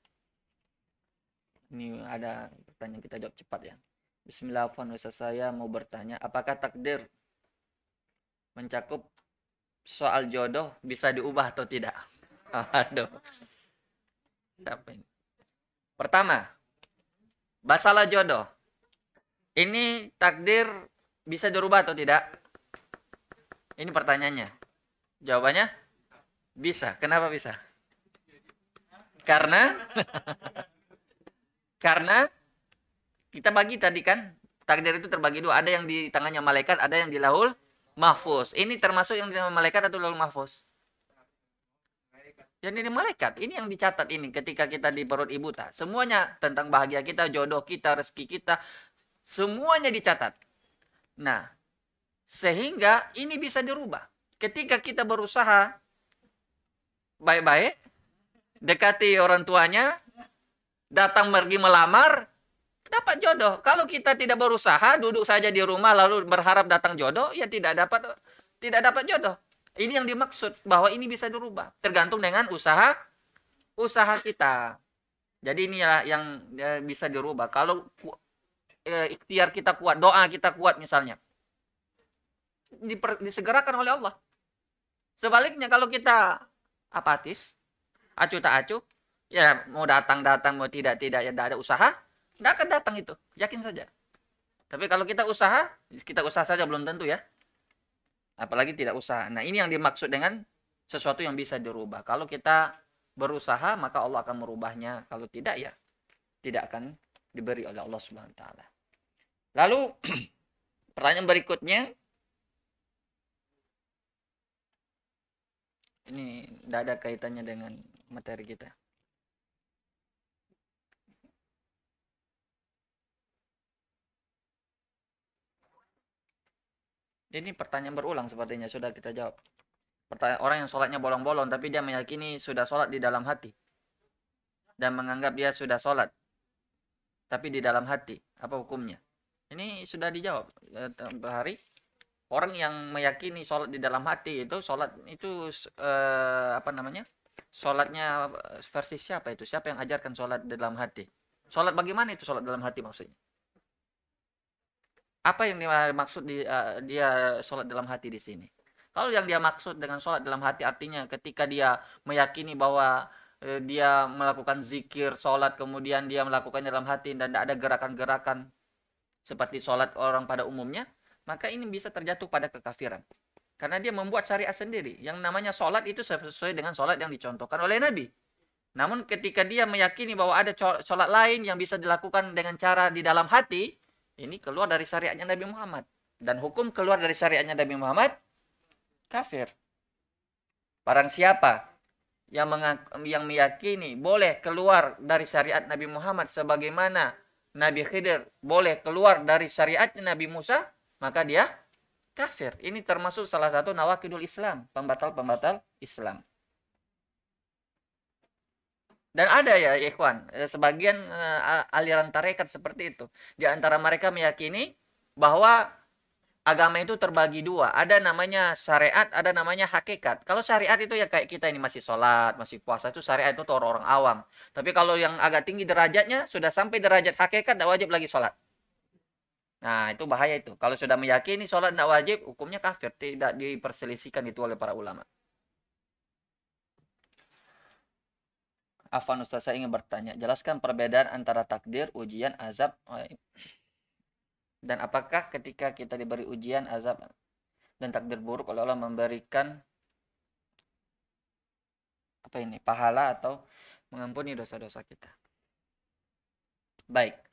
Ini ada pertanyaan, kita jawab cepat ya. Bismillahirrahmanirrahim. Saya mau bertanya, apakah takdir mencakup soal jodoh bisa diubah atau tidak? Aduh. Siapa ini? Pertama, masalah jodoh. Ini takdir bisa dirubah atau tidak? Ini pertanyaannya. Jawabannya bisa. Kenapa bisa? Karena karena kita bagi tadi kan, takdir itu terbagi dua. Ada yang di tangannya malaikat, ada yang di lauhul mahfuz. Ini termasuk yang di tangan malaikat atau lauhul mahfuz? Dan ini malaikat, ini yang dicatat ini ketika kita di perut ibu tak. Semuanya tentang bahagia kita, jodoh kita, rezeki kita, semuanya dicatat. Nah, sehingga ini bisa dirubah. Ketika kita berusaha baik-baik, dekati orang tuanya, datang pergi melamar, dapat jodoh. Kalau kita tidak berusaha, duduk saja di rumah lalu berharap datang jodoh, ya tidak dapat tidak dapat jodoh. Ini yang dimaksud bahwa ini bisa dirubah, tergantung dengan usaha usaha kita. Jadi inilah yang e, bisa dirubah. Kalau e, ikhtiar kita kuat, doa kita kuat misalnya, diper, disegerakan oleh Allah. Sebaliknya kalau kita apatis, acuh tak acuh, ya mau datang-datang, mau tidak-tidak, ya tidak ada usaha, tidak akan datang itu, yakin saja. Tapi kalau kita usaha, kita usaha saja belum tentu ya. Apalagi tidak usaha. Nah, ini yang dimaksud dengan sesuatu yang bisa dirubah. Kalau kita berusaha, maka Allah akan merubahnya. Kalau tidak, ya tidak akan diberi oleh Allah Subhanahu wa taala. Lalu pertanyaan berikutnya, ini tidak ada kaitannya dengan materi kita. Ini pertanyaan berulang sepertinya, sudah kita jawab. Pertanyaan orang yang sholatnya bolong-bolong, tapi dia meyakini sudah sholat di dalam hati. Dan menganggap dia sudah sholat. Tapi di dalam hati, apa hukumnya? Ini sudah dijawab. Hari, orang yang meyakini sholat di dalam hati itu, sholat itu, eh, apa namanya? Sholatnya versi siapa itu? Siapa yang ajarkan sholat di dalam hati? Sholat bagaimana itu sholat dalam hati maksudnya? Apa yang dimaksud di, uh, dia sholat dalam hati di sini? Kalau yang dia maksud dengan sholat dalam hati artinya ketika dia meyakini bahwa uh, dia melakukan zikir, sholat, kemudian dia melakukannya dalam hati dan tidak ada gerakan-gerakan seperti sholat orang pada umumnya, maka ini bisa terjatuh pada kekafiran. Karena dia membuat syariat sendiri. Yang namanya sholat itu sesuai dengan sholat yang dicontohkan oleh Nabi. Namun ketika dia meyakini bahwa ada sholat lain yang bisa dilakukan dengan cara di dalam hati, ini keluar dari syariatnya Nabi Muhammad. Dan hukum keluar dari syariatnya Nabi Muhammad, kafir. Barang siapa yang, yang meyakini boleh keluar dari syariat Nabi Muhammad sebagaimana Nabi Khidir boleh keluar dari syariatnya Nabi Musa, maka dia kafir. Ini termasuk salah satu nawakidul Islam, pembatal-pembatal Islam. Dan ada ya ikhwan, sebagian uh, aliran tarekat seperti itu. Di antara mereka meyakini bahwa agama itu terbagi dua. Ada namanya syariat, ada namanya hakikat. Kalau syariat itu ya kayak kita ini masih sholat, masih puasa, itu syariat itu orang-orang awam. Tapi kalau yang agak tinggi derajatnya, sudah sampai derajat hakikat, tidak wajib lagi sholat. Nah itu bahaya itu. Kalau sudah meyakini sholat tidak wajib, hukumnya kafir. Tidak diperselisihkan itu oleh para ulama. Afan Ustaz, saya ingin bertanya, jelaskan perbedaan antara takdir, ujian, azab, dan apakah ketika kita diberi ujian, azab, dan takdir buruk oleh Allah memberikan apa ini, pahala atau mengampuni dosa-dosa kita. Baik.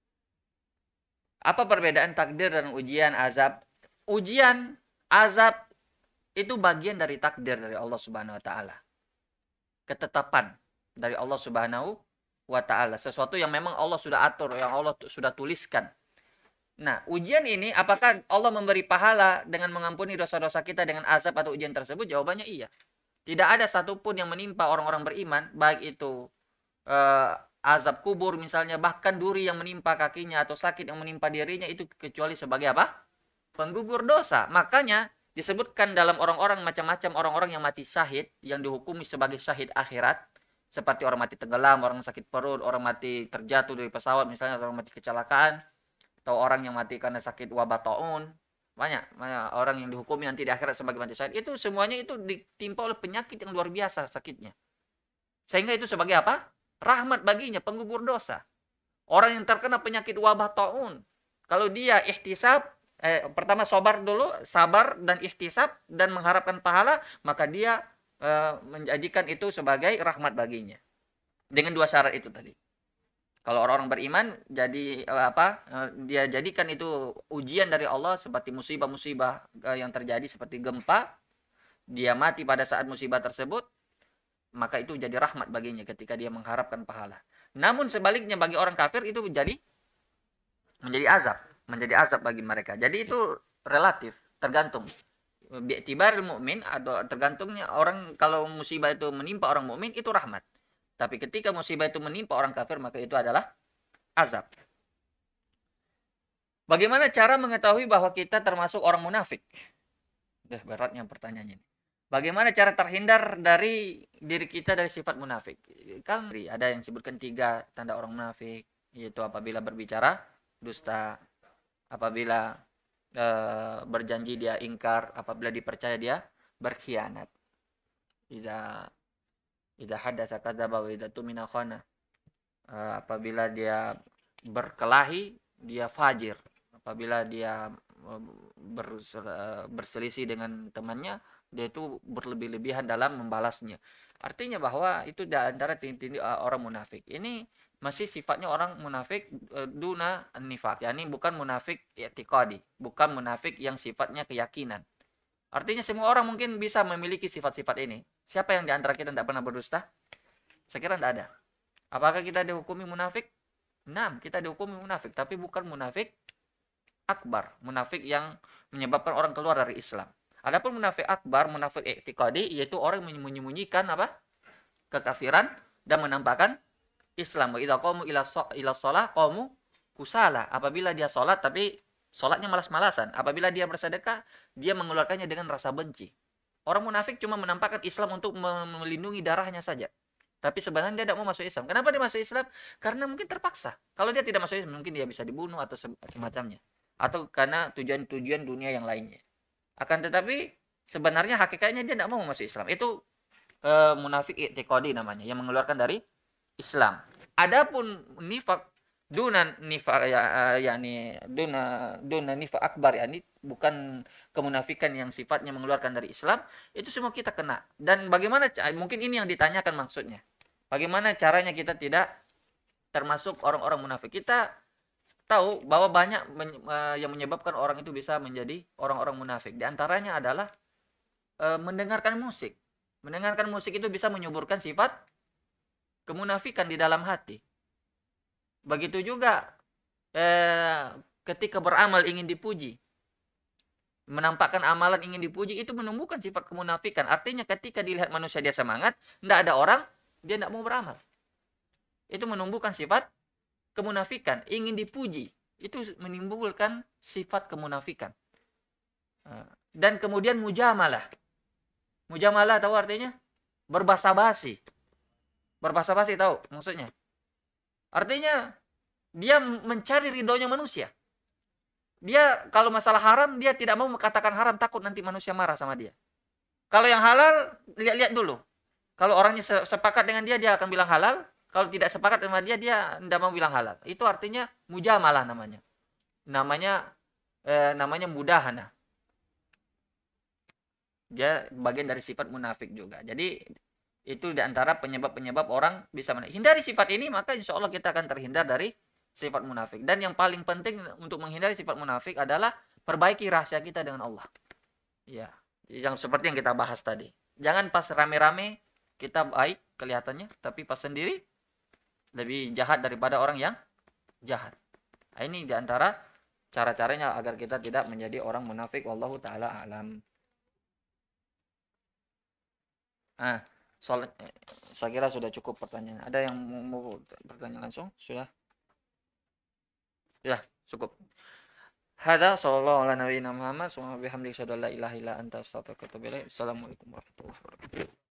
Apa perbedaan takdir dan ujian, azab? Ujian, azab itu bagian dari takdir dari Allah Subhanahu wa taala. Ketetapan dari Allah Subhanahu wa taala, sesuatu yang memang Allah sudah atur, yang Allah sudah tuliskan. Nah, ujian ini apakah Allah memberi pahala dengan mengampuni dosa-dosa kita dengan azab atau ujian tersebut? Jawabannya iya. Tidak ada satupun yang menimpa orang-orang beriman, baik itu eh, azab kubur misalnya, bahkan duri yang menimpa kakinya atau sakit yang menimpa dirinya, itu kecuali sebagai apa? Penggugur dosa. Makanya disebutkan dalam orang-orang macam-macam orang-orang yang mati syahid, yang dihukumi sebagai syahid akhirat, seperti orang mati tenggelam, orang sakit perut, orang mati terjatuh dari pesawat misalnya, orang mati kecelakaan, atau orang yang mati karena sakit wabah taun. Banyak, banyak orang yang dihukumi nanti di akhirat sebagai mati syahid. Itu semuanya itu ditimpa oleh penyakit yang luar biasa sakitnya. Sehingga itu sebagai apa? Rahmat baginya, penggugur dosa. Orang yang terkena penyakit wabah taun, kalau dia ihtisab, eh, pertama sabar dulu, sabar dan ihtisab dan mengharapkan pahala, maka dia menjadikan itu sebagai rahmat baginya. Dengan dua syarat itu tadi. Kalau orang-orang beriman, jadi apa? Dia jadikan itu ujian dari Allah seperti musibah-musibah yang terjadi seperti gempa. Dia mati pada saat musibah tersebut. maka itu jadi rahmat baginya ketika dia mengharapkan pahala. Namun sebaliknya bagi orang kafir itu menjadi menjadi azab, menjadi azab bagi mereka. Jadi itu relatif, tergantung. Bi'tibaril mukmin atau tergantungnya orang, kalau musibah itu menimpa orang mukmin itu rahmat. Tapi ketika musibah itu menimpa orang kafir maka itu adalah azab. Bagaimana cara mengetahui bahwa kita termasuk orang munafik? Udah beratnya pertanyaannya. Bagaimana cara terhindar dari diri kita dari sifat munafik? Kan ada yang sebutkan tiga tanda orang munafik, yaitu apabila berbicara dusta, apabila e, berjanji dia ingkar, apabila dipercaya dia berkhianat. Idza idza hadatsa kadzaba wa idza tumina khana. E, apabila dia berkelahi, dia fajir. Apabila dia berselisih dengan temannya, dia itu berlebih-lebihan dalam membalasnya. Artinya bahwa itu di antara tinti orang munafik. Ini masih sifatnya orang munafik duna nifak, yakni bukan munafik i'tiqadi, bukan munafik yang sifatnya keyakinan. Artinya semua orang mungkin bisa memiliki sifat-sifat ini. Siapa yang di antara kita tidak pernah berdusta? Saya kira tidak ada. Apakah kita dihukumi munafik? Nah, kita dihukumi munafik, tapi bukan munafik akbar, munafik yang menyebabkan orang keluar dari Islam. Adapun munafik akbar, munafik i'tiqadi, yaitu orang yang menyembunyikan apa? Kekafiran dan menampakkan Islam. Wa idza qamu ila ila shalah qamu kusala. Apabila dia salat tapi salatnya malas-malasan. Apabila dia bersedekah, dia mengeluarkannya dengan rasa benci. Orang munafik cuma menampakkan Islam untuk melindungi darahnya saja. Tapi sebenarnya dia tidak mau masuk Islam. Kenapa dia masuk Islam? Karena mungkin terpaksa. Kalau dia tidak masuk Islam, mungkin dia bisa dibunuh atau semacamnya. Atau karena tujuan-tujuan dunia yang lainnya. Akan tetapi sebenarnya hakikatnya dia tidak mau masuk Islam. Itu e, munafik i'tiqadi namanya, yang mengeluarkan dari Islam. Adapun nifak duna nifak ya, yakni duna duna nifak akbar, yakni bukan kemunafikan yang sifatnya mengeluarkan dari Islam, itu semua kita kena. Dan bagaimana, mungkin ini yang ditanyakan maksudnya. Bagaimana caranya kita tidak termasuk orang-orang munafik? Kita tahu bahwa banyak yang menyebabkan orang itu bisa menjadi orang-orang munafik. Di antaranya adalah e, mendengarkan musik. Mendengarkan musik itu bisa menyuburkan sifat kemunafikan di dalam hati. Begitu juga e, ketika beramal ingin dipuji. Menampakkan amalan ingin dipuji itu menumbuhkan sifat kemunafikan. Artinya ketika dilihat manusia dia semangat, tidak ada orang, dia tidak mau beramal. Itu menumbuhkan sifat kemunafikan, ingin dipuji, itu menimbulkan sifat kemunafikan. Dan kemudian mujamalah. Mujamalah tahu artinya? Berbasa-basi. Berbasa-basi tahu maksudnya? Artinya dia mencari ridhonya manusia. Dia kalau masalah haram, dia tidak mau mengatakan haram, takut nanti manusia marah sama dia. Kalau yang halal, lihat-lihat dulu. Kalau orangnya sepakat dengan dia, dia akan bilang halal. Kalau tidak sepakat sama dia, dia tidak mau bilang halal. Itu artinya mujamalah namanya. Namanya eh, namanya mudahana. Dia bagian dari sifat munafik juga. Jadi itu diantara penyebab-penyebab orang bisa menghindari sifat ini, maka insya Allah kita akan terhindar dari sifat munafik. Dan yang paling penting untuk menghindari sifat munafik adalah perbaiki rahasia kita dengan Allah. Ya, yang seperti yang kita bahas tadi. Jangan pas rame-rame kita baik kelihatannya, tapi pas sendiri lebih jahat daripada orang yang jahat. Nah, ini diantara cara-caranya agar kita tidak menjadi orang munafik. Wallahu ta'ala alam. Ah, soal, saya kira sudah cukup pertanyaan. Ada yang mau bertanya langsung? Sudah? Ya, cukup. Hada sallallahu ala nabiyina Muhammad wa bihamdihi asyhadu an la ilaha illa anta astaghfiruka wa atubu ilaik. Assalamualaikum warahmatullahi wabarakatuh.